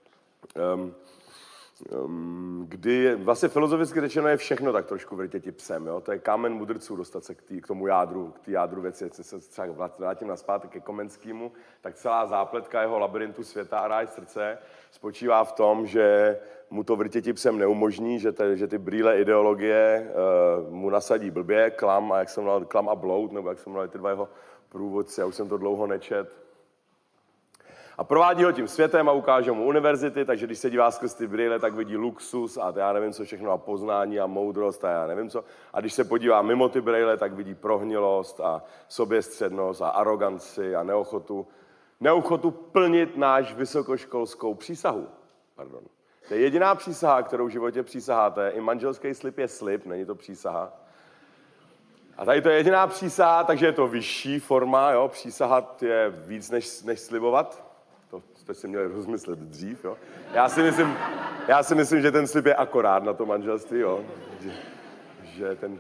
kdy vlastně filozoficky řečeno je všechno tak trošku vrtěti psem, jo? To je kámen mudrců dostat se k tomu jádru, k té jádru věci. Když se třeba vrátím nazpátek ke Komenskému, tak celá zápletka jeho labirintu světa a ráj srdce spočívá v tom, že mu to vrtěti psem neumožní, že ty brýle ideologie mu nasadí blbě, klam a bloud, nebo jak jsem mluvil ty dva jeho průvodci, já už jsem to dlouho nečet. A provádí ho tím světem a ukáže mu univerzity, takže když se dívá skrz ty brýle, tak vidí luxus a já nevím co všechno a poznání a moudrost a já nevím co. A když se podívá mimo ty brýle, tak vidí prohnilost a soběstřednost a aroganci a neochotu plnit náš vysokoškolskou přísahu. Pardon. To je jediná přísaha, kterou v životě přísaháte. I manželský slib je slib, není to přísaha. A tady to je jediná přísaha, takže je to vyšší forma, jo? Přísahat je víc než slibovat. To jste si měli rozmyslet dřív, jo? Já si myslím, že ten slib je akorát na to manželství, jo? Že ten...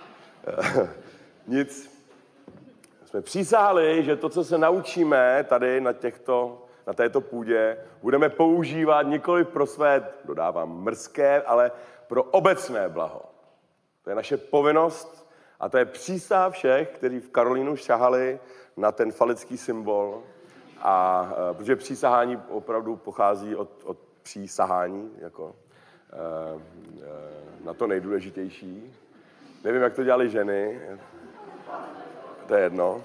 Nic. Jsme přísahali, že to, co se naučíme tady na této půdě, budeme používat nikoli pro své, dodávám, mrzké, ale pro obecné blaho. To je naše povinnost a to je přísaha všech, kteří v Karolínu šahali na ten falický symbol. A protože přísahání opravdu pochází od přísahání, jako na to nejdůležitější. Nevím, jak to dělali ženy, to je jedno.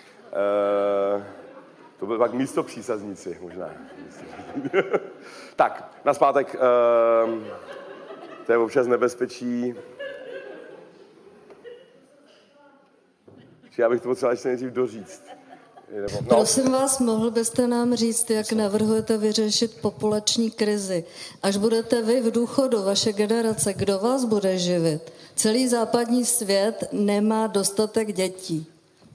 To byl pak místo přísazníci, možná. Tak, nazpátek, to je občas nebezpečí. Já bych to potřeboval ještě nejdřív doříct. Prosím vás, mohl byste nám říct, jak navrhujete vyřešit populační krizi? Až budete vy v důchodu, vaše generace, kdo vás bude živit? Celý západní svět nemá dostatek dětí.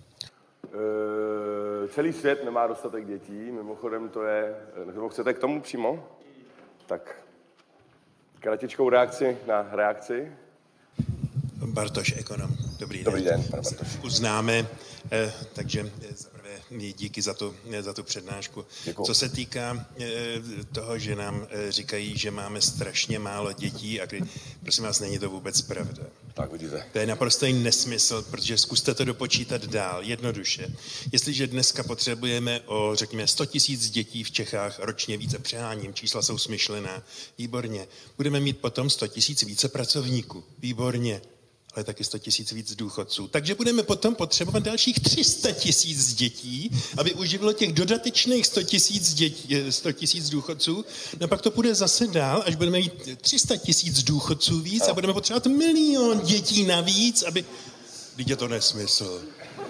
Celý svět nemá dostatek dětí, mimochodem to je... Nebo chcete k tomu přímo? Tak kratičkou reakci na reakci. Bartoš, ekonom. Dobrý den, pane Bartoš. Uznáme, takže zaprvé díky za tu přednášku. Děkuju. Co se týká toho, že nám říkají, že máme strašně málo dětí, a prosím vás, není to vůbec pravda. Tak vidíte. To je naprostý nesmysl, protože zkuste to dopočítat dál, jednoduše. Jestliže dneska potřebujeme o, řekněme, 100 000 dětí v Čechách ročně více, přeháním, čísla jsou smyšlená, výborně. Budeme mít potom 100 000 více pracovníků, výborně. ale taky 100 000 víc důchodců. Takže budeme potom potřebovat dalších 300 000 dětí, aby uživilo těch dodatečných 100 000 důchodců. No pak to půjde zase dál, až budeme mít 300 000 důchodců víc a budeme potřebovat 1 000 000 dětí navíc, aby... Vždyť je to nesmysl.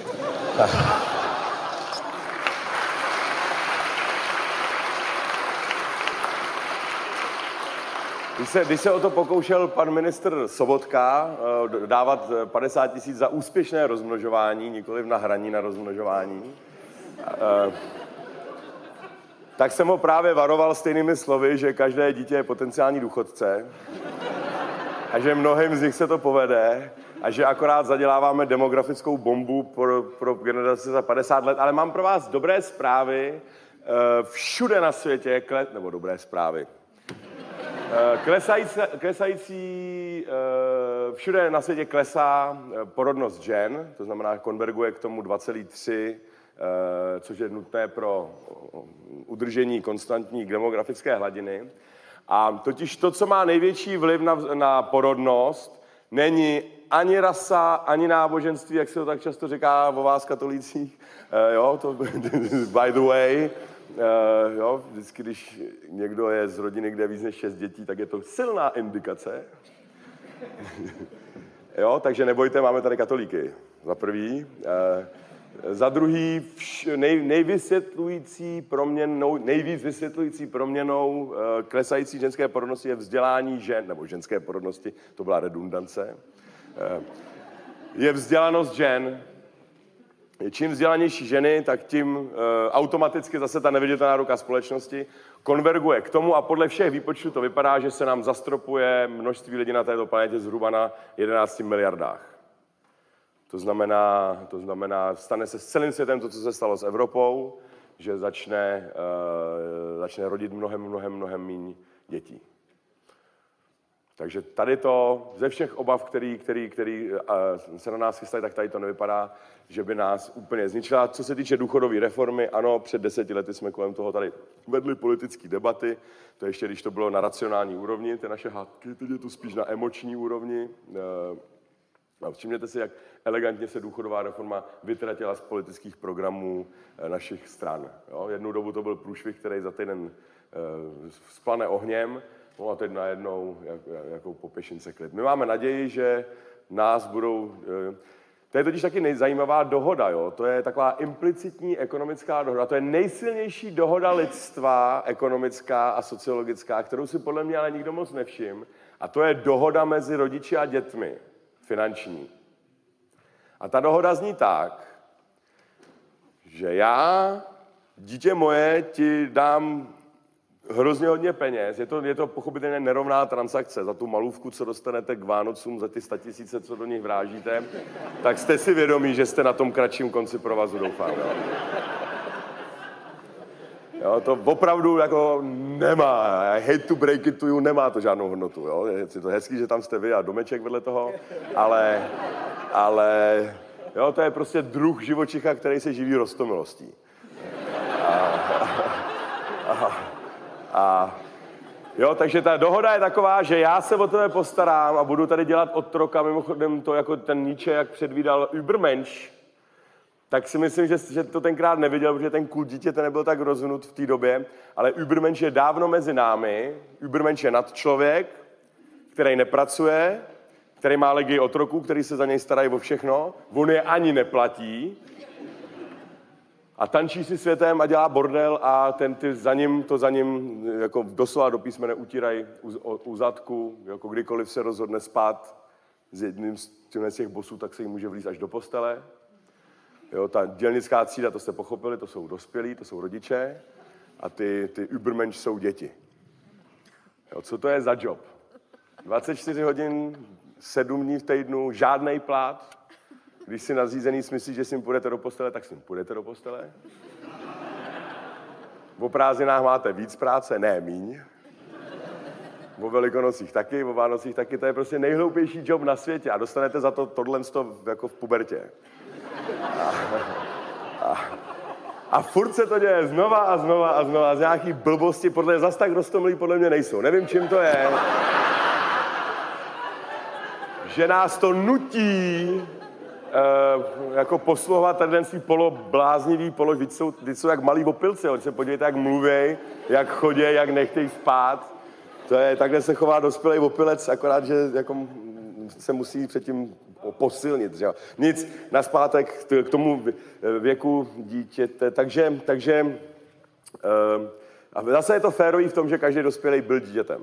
Když se o to pokoušel pan ministr Sobotka dávat 50 000 za úspěšné rozmnožování, nikoliv na hraní na rozmnožování, tak jsem ho právě varoval stejnými slovy, že každé dítě je potenciální důchodce a že mnohým z nich se to povede a že akorát zaděláváme demografickou bombu pro generaci za 50 let. Ale mám pro vás dobré zprávy. Všude na světě, nebo dobré zprávy. Všude na světě klesá porodnost žen, to znamená, konverguje k tomu 2,3, což je nutné pro udržení konstantní demografické hladiny. A totiž to, co má největší vliv na porodnost, není ani rasa, ani náboženství, jak se to tak často říká o vás katolících. Jo, to by the way. Jo, vždycky, když někdo je z rodiny, kde je víc než 6 dětí, tak je to silná indikace. Jo, takže nebojte, máme tady katolíky. Za prvý. Za druhý, nejvíc vysvětlující proměnou klesající ženské porodnosti je vzdělání žen, nebo ženské porodnosti, to byla redundance, je vzdělanost žen. Čím vzdělanější ženy, tak tím automaticky zase ta neviditelná ruka společnosti konverguje k tomu a podle všech výpočtů to vypadá, že se nám zastropuje množství lidí na této planetě zhruba na 11 miliardách. To znamená, stane se s celým světem to, co se stalo s Evropou, že začne rodit mnohem méně dětí. Takže tady to, ze všech obav, který se na nás chystají, tak tady to nevypadá, že by nás úplně zničila. Co se týče důchodové reformy, ano, před 10 lety jsme kolem toho tady vedli politické debaty, to ještě když to bylo na racionální úrovni, ty naše hádky, teď je to spíš na emoční úrovni. A všimněte si, jak elegantně se důchodová reforma vytratila z politických programů našich stran. Jo? Jednu dobu to byl průšvih, který za týden splane ohněm, no a teď najednou jako po pěšince klid. My máme naději, že nás budou... To je totiž taky nejzajímavá dohoda, jo? To je taková implicitní ekonomická dohoda. To je nejsilnější dohoda lidstva, ekonomická a sociologická, kterou si podle mě ale nikdo moc nevšiml. A to je dohoda mezi rodiči a dětmi, finanční. A ta dohoda zní tak, že já, dítě moje, ti dám hrozně hodně peněz. Je to pochopitelně nerovná transakce. Za tu malůvku, co dostanete k Vánocům, za ty 100 000, co do nich vrážíte, tak jste si vědomí, že jste na tom kratším konci provazu, doufám. Jo? Jo, to opravdu jako nemá. I hate to break it to you, nemá to žádnou hodnotu. Jo? Je to hezký, že tam jste vy a domeček vedle toho, ale jo, to je prostě druh živočicha, který se živí roztomilostí. Jo, takže ta dohoda je taková, že já se o tebe postarám a budu tady dělat otroka, mimochodem to jako ten Nietzsche, jak předvídal Übermensch, tak si myslím, že to tenkrát neviděl, protože ten kult dítěte nebyl tak rozvinut v té době, ale Übermensch je dávno mezi námi, Übermensch je nadčlověk, který nepracuje, který má legii otroků, který se za něj starají o všechno, on je ani neplatí a tančí si světem a dělá bordel a ty za ním jako doslova do písmene utírají u zadku, jako kdykoliv se rozhodne spát s jedním z těch bosů, tak se jim může vlízt až do postele. Jo, ta dělnická třída, to jste pochopili, to jsou dospělí, to jsou rodiče a ty Übermensch jsou děti. Jo, co to je za job? 24 hodin, 7 dní v týdnu, žádnej plat. Když si nadřízený smyslí, že s ním půjdete do postele, tak s ním půjdete do postele. O prázdninách máte víc práce, ne míň. O Velikonocích taky, o Vánocích taky. To je prostě nejhloupější job na světě a dostanete za to tohle jako v pubertě. A furt se to děje znova a znova z nějaký blbosti, zas tak roztomilí podle mě nejsou. Nevím, čím to je. že nás to nutí jako poslouchat ten svý polobláznivý, víc jsou jak malí opilci, oni se podívejte, jak mluvěj, jak choděj, jak nechtějí spát. Takhle se chová dospělý opilec, akorát, že jako se musí předtím posilnit. Že? Nic, nazpátek k tomu věku dítěte. Takže a zase je to férový v tom, že každý dospělý byl dítětem.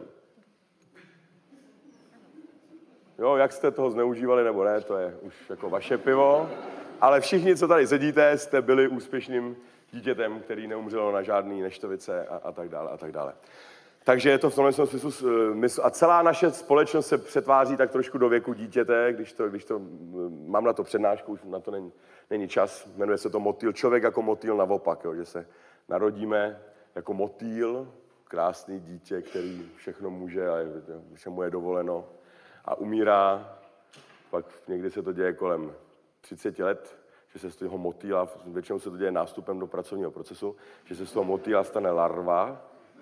Jo, jak jste toho zneužívali nebo ne, to je už jako vaše pivo. Ale všichni, co tady sedíte, jste byli úspěšným dítětem, který neumřelo na žádný neštovice a tak dále a tak dále. Takže je to v tomhle smyslu a celá naše společnost se přetváří tak trošku do věku dítěte, když to mám na to přednášku, už na to není čas, jmenuje se to motýl, člověk jako motýl naopak, jo, že se narodíme jako motýl, krásný dítě, který všechno může a všemu je dovoleno a umírá, pak někdy se to děje kolem 30 let, že se z toho motýla, většinou se to děje nástupem do pracovního procesu, že se z toho motýla stane larva,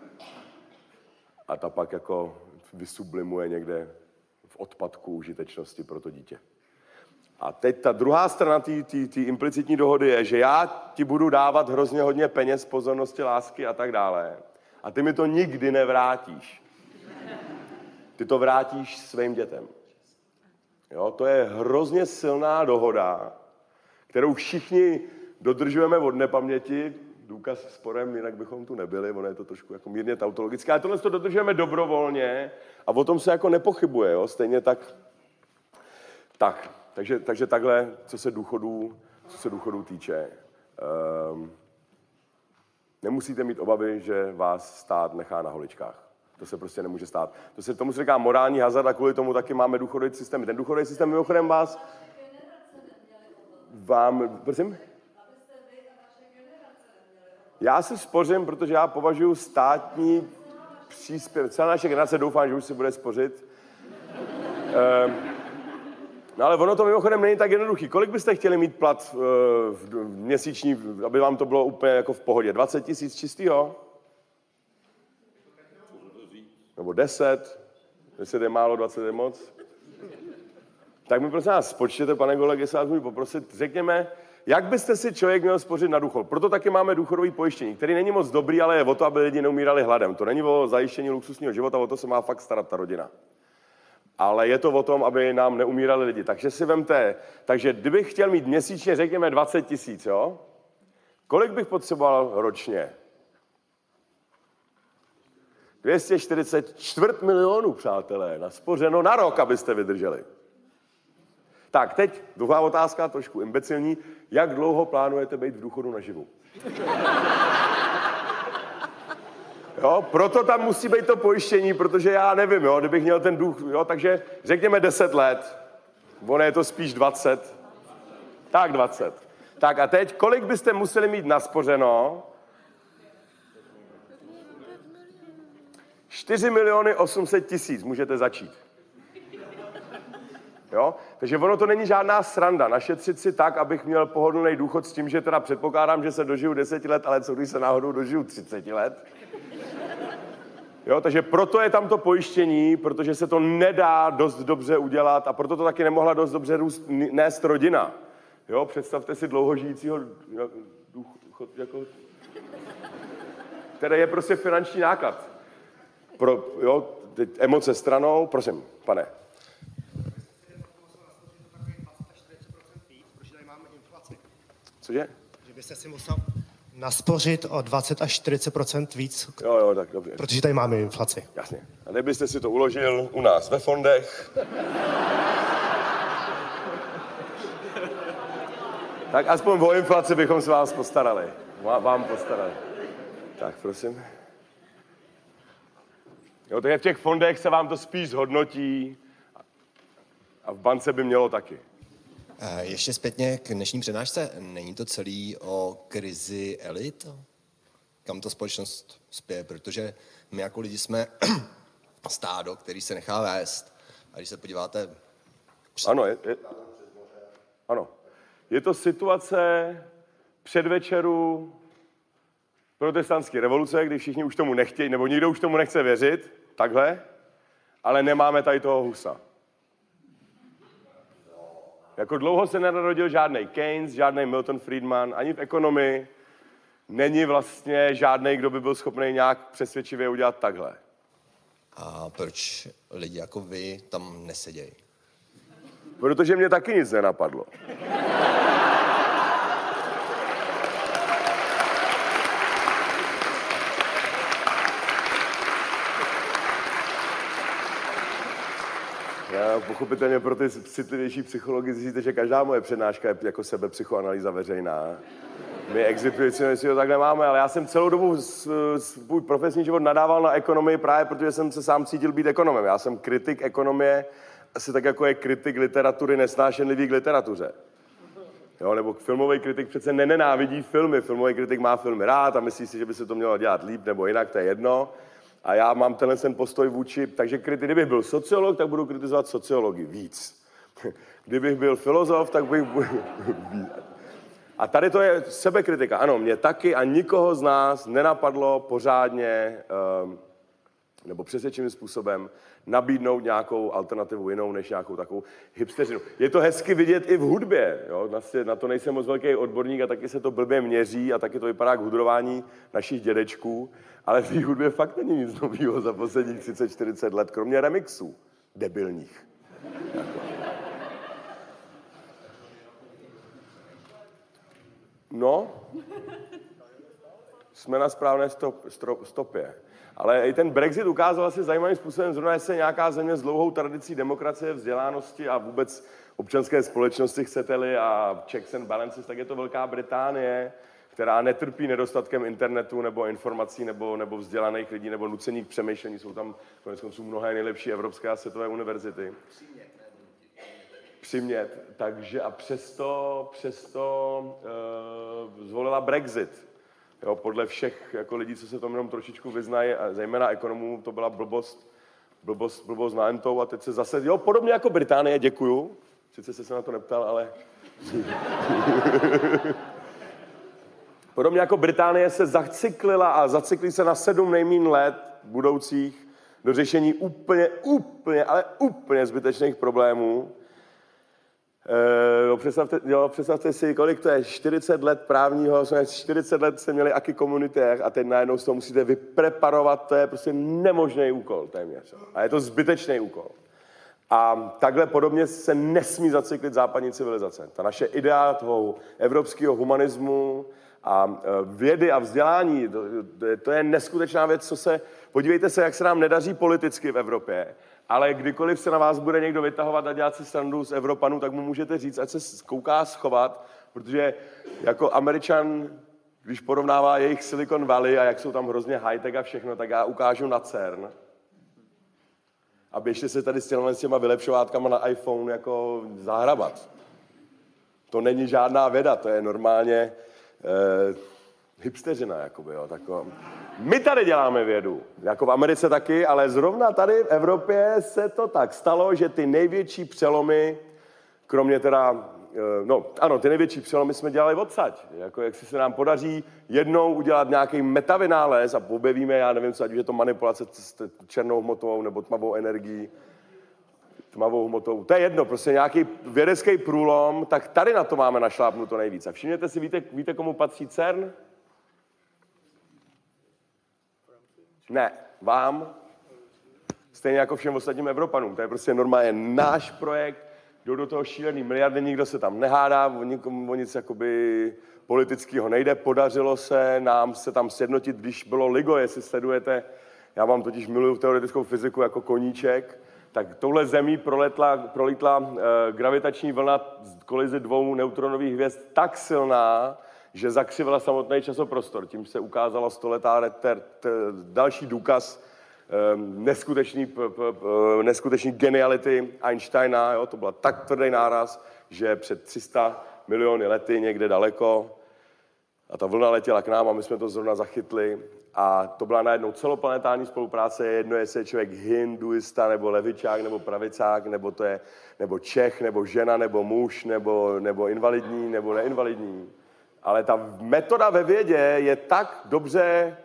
a ta pak jako vysublimuje někde v odpadku užitečnosti pro to dítě. A teď ta druhá strana té implicitní dohody je, že já ti budu dávat hrozně hodně peněz, pozornosti, lásky a tak dále. A ty mi to nikdy nevrátíš. Ty to vrátíš svým dětem. Jo, to je hrozně silná dohoda, kterou všichni dodržujeme od nepaměti, důkaz sporem, jinak bychom tu nebyli, ono je to trošku jako mírně tautologické, ale tohle to dodržujeme dobrovolně a o tom se jako nepochybuje, jo? Stejně tak. Takže takhle, co se důchodů týče. Nemusíte mít obavy, že vás stát nechá na holičkách. To se prostě nemůže stát. Tomu se říká morální hazard a kvůli tomu taky máme důchodový systém. Ten důchodový systém mimochodem prosím? Já si spořím, protože já považuji státní příspěvek. Celá naše generace doufám, že už si bude spořit. No ale ono to mimochodem není tak jednoduchý. Kolik byste chtěli mít plat měsíční, aby vám to bylo úplně jako v pohodě? 20 000 čistýho? Nebo 10? 10 je málo, 20 je moc? Tak mi prosím vás spočtěte, pane kolego, jestli vás můžu poprosit, řekněme, jak byste si člověk měl spořit na důchod? Proto taky máme důchodový pojištění, který není moc dobrý, ale je o to, aby lidi neumírali hladem. To není o zajištění luxusního života, o to se má fakt starat ta rodina. Ale je to o tom, aby nám neumírali lidi. Takže si vemte, takže kdybych chtěl mít měsíčně, řekněme 20 000, jo? Kolik bych potřeboval ročně? 244 milionů, přátelé, naspořeno na rok, abyste vydrželi. Tak, teď druhá otázka, trošku imbecilní. Jak dlouho plánujete být v důchodu naživu? Jo, proto tam musí být to pojištění, protože já nevím, jo, kdybych měl ten jo, takže řekněme 10 let. Ono je to spíš 20. Tak 20. Tak a teď, kolik byste museli mít naspořeno? 4 800 000 můžete začít. Jo? Takže ono to není žádná sranda. Našetřit si tak, abych měl pohodlný důchod s tím, že teda předpokládám, že se dožiju 10 let, ale co když se náhodou dožiju 30 let? Jo, takže proto je tam to pojištění, protože se to nedá dost dobře udělat a proto to taky nemohla dost dobře nést rodina. Jo, představte si dlouhožijícího důchod, jako, který je prostě finanční náklad. Jo, teď emoce stranou, prosím, pane. Cože? Že byste si musel naspořit o 20 až 40% víc. Jo, tak dobře. Protože tady máme inflaci. Jasně. A nebyste si to uložil u nás ve fondech? Tak aspoň o inflaci bychom se vás postarali. Vám postarali. Tak, prosím. Jo, takže v těch fondech se vám to spíš zhodnotí a v bance by mělo taky. Ještě zpětně k dnešní přednášce. Není to celý o krizi elit? Kam ta společnost spěje? Protože my jako lidi jsme stádo, který se nechá vést. A když se podíváte... Ano, ano. Je to situace předvečeru protestantské revoluce, kdy všichni už tomu nechtějí, nebo nikdo už tomu nechce věřit, takhle, ale nemáme tady toho Husa. Jako dlouho se nenarodil žádný Keynes, žádný Milton Friedman, ani v ekonomii. Není vlastně žádný, kdo by byl schopný nějak přesvědčivě udělat takhle. A proč lidi jako vy tam nesedějí? Protože mě taky nic nenapadlo. Pochopitelně pro ty citlivější psychologi zjistíte, že každá moje přednáška je jako sebepsychoanalýza veřejná. My exhibitujeme si ho takhle máme, ale já jsem celou dobu svůj profesní život nadával na ekonomii právě protože jsem se sám cítil být ekonomem. Já jsem kritik ekonomie, asi tak jako je kritik literatury nesnášenlivý k literatuře. Jo, nebo filmový kritik přece nenávidí filmy. Filmový kritik má filmy rád a myslí si, že by se to mělo dělat líp nebo jinak, to je jedno. A já mám ten postoj vůči, takže kdybych byl sociolog, tak budu kritizovat sociologii víc. Kdybych byl filozof, tak bych... A tady to je sebekritika. Ano, mě taky a nikoho z nás nenapadlo pořádně nebo přesvědčivým způsobem nabídnout nějakou alternativu jinou než nějakou takovou hipsteřinu. Je to hezky vidět i v hudbě. Jo? Na to nejsem moc velký odborník a taky se to blbě měří a taky to vypadá k hudrování našich dědečků. Ale v té hudbě fakt není nic nového za posledních 30-40 let, kromě remixů debilních. No, jsme na správné stopě. Ale i ten Brexit ukázal asi zajímavým způsobem, zrovna jestli nějaká země s dlouhou tradicí demokracie, vzdělanosti a vůbec občanské společnosti, chcete-li, a checks and balances, tak je to Velká Británie, která netrpí nedostatkem internetu nebo informací nebo vzdělaných lidí nebo nucení k přemýšlení. Jsou tam koneckonců mnohé nejlepší evropské a světové univerzity. Přimět. Takže a přesto zvolila Brexit. Jo, podle všech jako lidí, co se tomu jenom trošičku vyznají, a zejména ekonomů, to byla blbost na entou a teď se zase, jo, podobně jako Británie, děkuju. Sice se na to neptal, ale... Podobně jako Británie se zacyklila a zacyklí se na 7 nejmíň let budoucích do řešení úplně zbytečných problémů. Představte si, kolik to je, 40 let právního, 40 let jste měli aký komunitér a teď najednou z toho musíte vypreparovat, to je prostě nemožný úkol téměř. A je to zbytečný úkol. A takhle podobně se nesmí zacyklit západní civilizace. Ta naše idea toho evropského humanismu a vědy a vzdělání, to je neskutečná věc, podívejte se, jak se nám nedaří politicky v Evropě, ale kdykoliv se na vás bude někdo vytahovat a dělat si srandu z Evropanů, tak mu můžete říct, ať se kouká schovat, protože jako Američan, když porovnává jejich Silicon Valley a jak jsou tam hrozně high-tech a všechno, tak já ukážu na CERN. A běžte se tady s těma vylepšovátkama na iPhone jako zahrabat. To není žádná věda, to je normálně hipsteřina, jakoby, jo, taková. My tady děláme vědu, jako v Americe taky, ale zrovna tady v Evropě se to tak stalo, že ty největší přelomy, kromě teda, ty největší přelomy jsme dělali odsaď. Jako jak se nám podaří jednou udělat nějaký metavynález a objevíme, já nevím co, ať už je to manipulace s černou hmotou nebo tmavou energií, tmavou hmotou. To je jedno, prostě nějaký vědecký průlom, tak tady na to máme našlápnuto nejvíc. A všimněte si, víte, komu patří CERN? Ne, vám. Stejně jako všem ostatním Evropanům. To je prostě normálně náš projekt, jdou do toho šílený miliardy, nikdo se tam nehádá, o nic jakoby politického nejde. Podařilo se nám se tam sjednotit, když bylo LIGO, jestli sledujete, já vám totiž miluju teoretickou fyziku jako koníček, tak touhle zemí prolítla gravitační vlna z kolize 2 neutronových hvězd tak silná, že zakřivila samotný časoprostor. Tím se ukázalo další důkaz neskutečný geniality Einsteina. Jo? To byl tak tvrdý náraz, že před 300 miliony lety někde daleko a ta vlna letěla k nám a my jsme to zrovna zachytli. A to byla najednou celoplanetární spolupráce, jedno jestli je člověk hinduista, nebo levičák, nebo pravicák, nebo Čech, nebo žena, nebo muž, nebo invalidní, nebo neinvalidní. Ale ta metoda ve vědě je tak dobře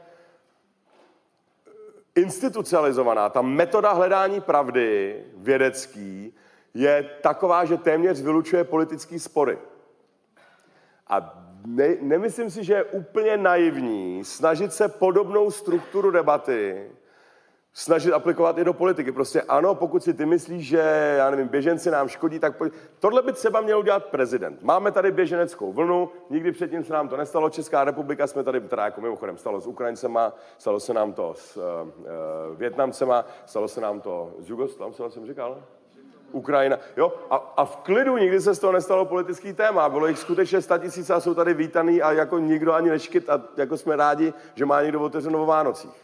institucionalizovaná, ta metoda hledání pravdy vědecký, je taková, že téměř vylučuje politický spory. A nemyslím si, že je úplně naivní snažit se podobnou strukturu debaty snažit aplikovat i do politiky. Prostě ano, pokud si ty myslíš, že, já nevím, běženci nám škodí, tak tohle by třeba měl udělat prezident. Máme tady běženeckou vlnu, nikdy předtím se nám to nestalo, Česká republika, jsme tady, teda jako mimochodem, stalo s Ukrajincema, stalo se nám to s Vietnamcema, stalo se nám to s Jugoslávem, co jsem říkal? Ukrajina, jo, a v klidu nikdy se z toho nestalo politický téma, bylo jich skutečně 100 000 a jsou tady vítaný a jako nikdo ani neškyt a jako jsme rádi, že má někdo otevřeno o Vánocích.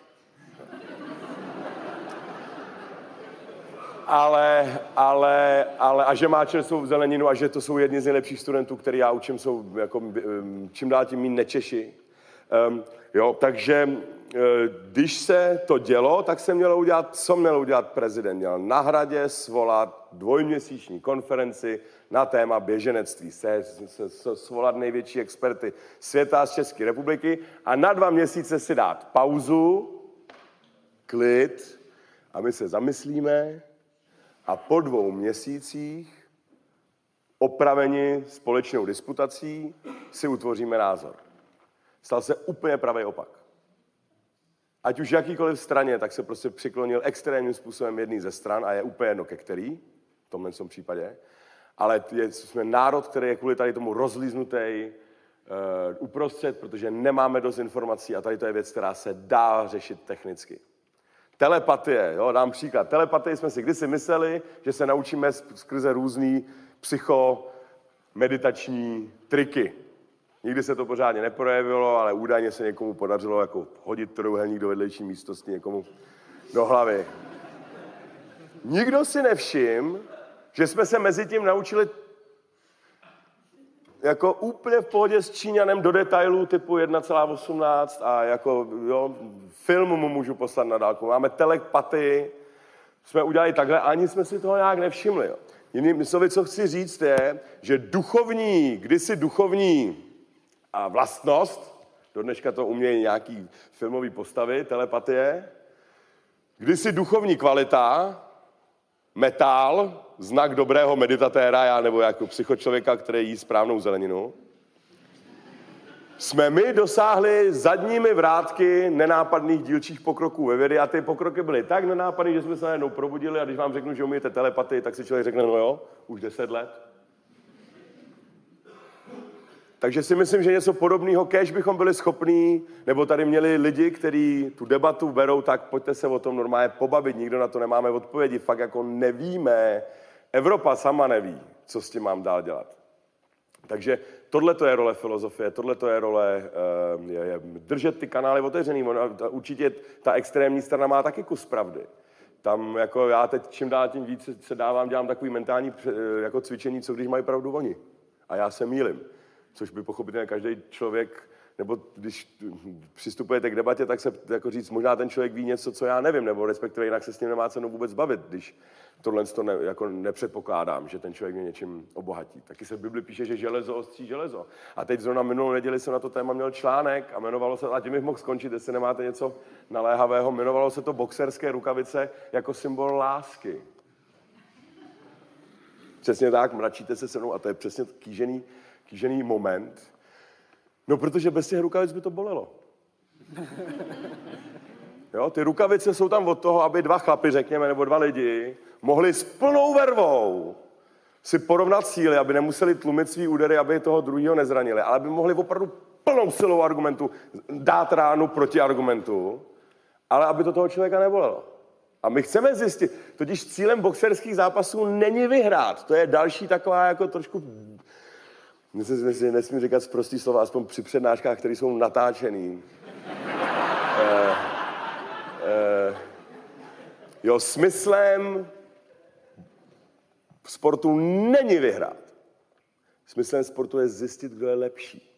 Ale a že má čerstvou zeleninu a že to jsou jedni z nejlepších studentů, který já učím, jsou jako čím dál tím méně Nečeši. Takže když se to dělo, tak se mělo udělat, co měl udělat prezident? Měl na Hradě svolat dvojměsíční konferenci na téma běženectví. Svolat největší experty světa z České republiky a na 2 měsíce si dát pauzu, klid a my se zamyslíme a po 2 měsících opraveni společnou disputací si utvoříme názor. Stal se úplně pravý opak. Ať už jakýkoliv straně, tak se prostě přiklonil extrémním způsobem jedný ze stran a je úplně jedno ke který, v tomhle případě. Ale jsme národ, který je kvůli tady tomu rozlíznutý uprostřed, protože nemáme dost informací a tady to je věc, která se dá řešit technicky. Telepatie, jo, dám příklad. Telepatii jsme si kdysi mysleli, že se naučíme skrze různý psychomeditační triky. Nikdy se to pořádně neprojevilo, ale údajně se někomu podařilo jako hodit trojúhelník do vedlejší místnosti někomu do hlavy. Nikdo si nevšiml, že jsme se mezi tím naučili jako úplně v pohodě s Číňanem do detailů typu 1,18 a jako jo, film mu můžu poslat na dálku. Máme telepatii, jsme udělali takhle, ani jsme si toho nějak nevšimli. Jo. Jinými slovy, co chci říct je, že kdysi duchovní a vlastnost, do dneška to umějí nějaký filmový postavy, telepatie, kdysi duchovní kvalita, metal, znak dobrého meditatéra, nebo jako psychočlověka, který jí správnou zeleninu, jsme my dosáhli zadními vrátky nenápadných dílčích pokroků ve vědě a ty pokroky byly tak nenápadný, že jsme se najednou probudili a když vám řeknu, že umíte telepatii, tak si člověk řekne, no jo, už 10 let. Takže si myslím, že něco podobného, kéž bychom byli schopní, nebo tady měli lidi, kteří tu debatu berou, tak pojďte se o tom normálně pobavit, nikdo na to nemáme odpovědi, fakt jako nevíme, Evropa sama neví, co s tím mám dál dělat. Takže tohle to je role filozofie, tohle to je role držet ty kanály otevřený. Určitě ta extrémní strana má taky kus pravdy. Tam jako já teď čím dál tím víc se dělám takový mentální jako cvičení, co když mají pravdu oni. A já se mýlim. Což by pochopitelně každý člověk, nebo když přistupujete k debatě, tak se jako říct, možná ten člověk ví něco, co já nevím, nebo respektive jinak se s ním nemá cenu vůbec bavit, když tohle jako nepředpokládám, že ten člověk mě něčím obohatí. Taky se v Bibli píše, že železo ostří železo. A teď zrovna minulou neděli jsem na to téma měl článek a jmenovalo se, a tím bych mohl skončit, jestli nemáte něco naléhavého, jmenovalo se to boxerské rukavice jako symbol lásky. Přesně tak, mračíte se mnou a to je přesně kýžený moment. No, protože bez těch rukavic by to bolelo. Jo, ty rukavice jsou tam od toho, aby 2 chlapi, řekněme, nebo 2 lidi mohli s plnou vervou si porovnat síly, aby nemuseli tlumit svý údery, aby toho druhého nezranili, ale aby mohli opravdu plnou silou argumentu dát ránu proti argumentu, ale aby to toho člověka nebolelo. A my chceme zjistit, totiž cílem boxerských zápasů není vyhrát. To je další taková jako trošku... Nesmím říkat sprostý slova, aspoň při přednáškách, které jsou natáčený. Smyslem sportu není vyhrát. Smyslem sportu je zjistit, kdo je lepší.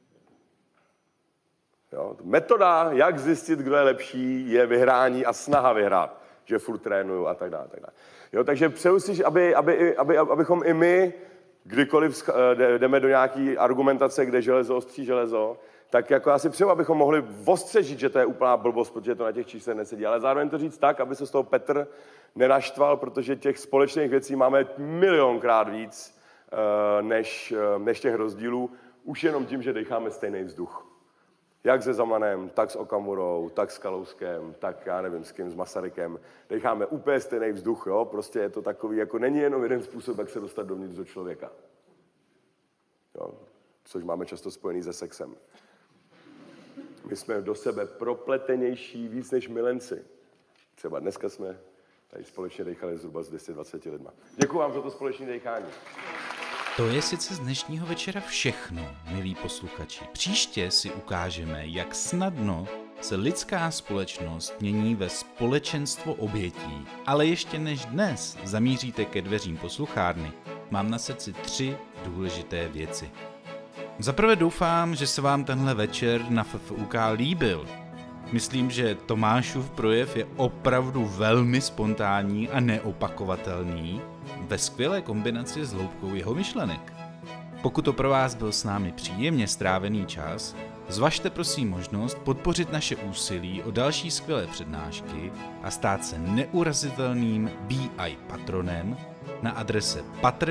Jo? Metoda, jak zjistit, kdo je lepší, je vyhrání a snaha vyhrát. Že furt trénuju a tak dále. Jo, takže přeju si, abychom i my, kdykoliv jdeme do nějaké argumentace, kde železo ostří železo, tak jako asi přeju, abychom mohli ostřežit, že to je úplná blbost, protože to na těch číslech nesedí. Ale zároveň to říct tak, aby se z toho Petr nenaštval, protože těch společných věcí máme milionkrát víc než těch rozdílů, už jenom tím, že decháme stejný vzduch. Jak se Zemanem, tak s Okamurou, tak s Kalouskem, tak já nevím s kým, s Masarykem. Decháme úplně stejný vzduch, jo? Prostě je to takový, jako není jenom jeden způsob, jak se dostat dovnitř do člověka. Jo? Což máme často spojený se sexem. My jsme do sebe propletenější víc než milenci. Třeba dneska jsme tady společně dechali zhruba s 220 lidma. Děkuji vám za to společné dechání. To je sice z dnešního večera všechno, milí posluchači. Příště si ukážeme, jak snadno se lidská společnost mění ve společenstvo obětí. Ale ještě než dnes zamíříte ke dveřím posluchárny, mám na srdci 3 důležité věci. Zaprvé doufám, že se vám tenhle večer na FFUK líbil. Myslím, že Tomášův projev je opravdu velmi spontánní a neopakovatelný ve skvělé kombinaci s hloubkou jeho myšlenek. Pokud to pro vás byl s námi příjemně strávený čas, zvažte prosím možnost podpořit naše úsilí o další skvělé přednášky a stát se neurazitelným BI patronem na adrese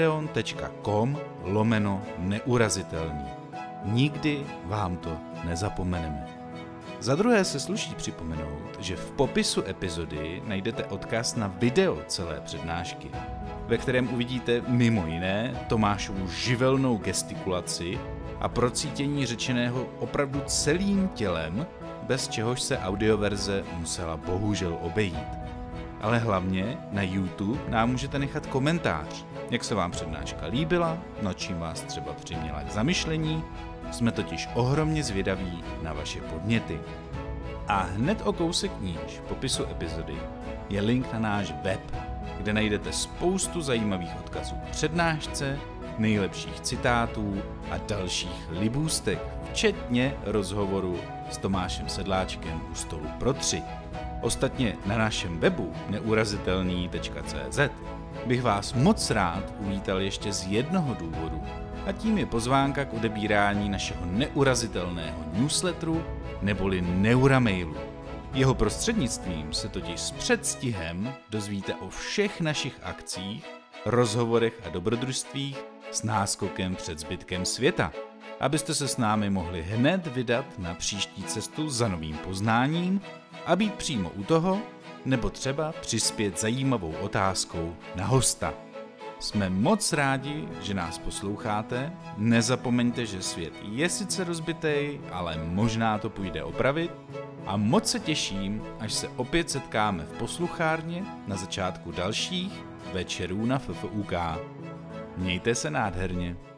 patreon.com/neurazitelný. Nikdy vám to nezapomeneme. Za druhé se sluší připomenout, že v popisu epizody najdete odkaz na video celé přednášky, ve kterém uvidíte mimo jiné Tomášovu živelnou gestikulaci a procítění řečeného opravdu celým tělem, bez čehož se audioverze musela bohužel obejít. Ale hlavně na YouTube nám můžete nechat komentář, jak se vám přednáška líbila, nad čím vás třeba přiměla k zamyšlení. Jsme totiž ohromně zvědaví na vaše podněty. A hned o kousek níž v popisu epizody je link na náš web, kde najdete spoustu zajímavých odkazů k přednášce, nejlepších citátů a dalších libůstek, včetně rozhovoru s Tomášem Sedláčkem u stolu pro 3. Ostatně na našem webu neurazitelný.cz bych vás moc rád uvítal ještě z jednoho důvodu, a tím je pozvánka k odebírání našeho neurazitelného newsletteru neboli Neuramailu. Jeho prostřednictvím se totiž s předstihem dozvíte o všech našich akcích, rozhovorech a dobrodružstvích s náskokem před zbytkem světa, abyste se s námi mohli hned vydat na příští cestu za novým poznáním a být přímo u toho, nebo třeba přispět zajímavou otázkou na hosta. Jsme moc rádi, že nás posloucháte. Nezapomeňte, že svět je sice rozbitej, ale možná to půjde opravit. A moc se těším, až se opět setkáme v posluchárně na začátku dalších večerů na FFUK. Mějte se nádherně.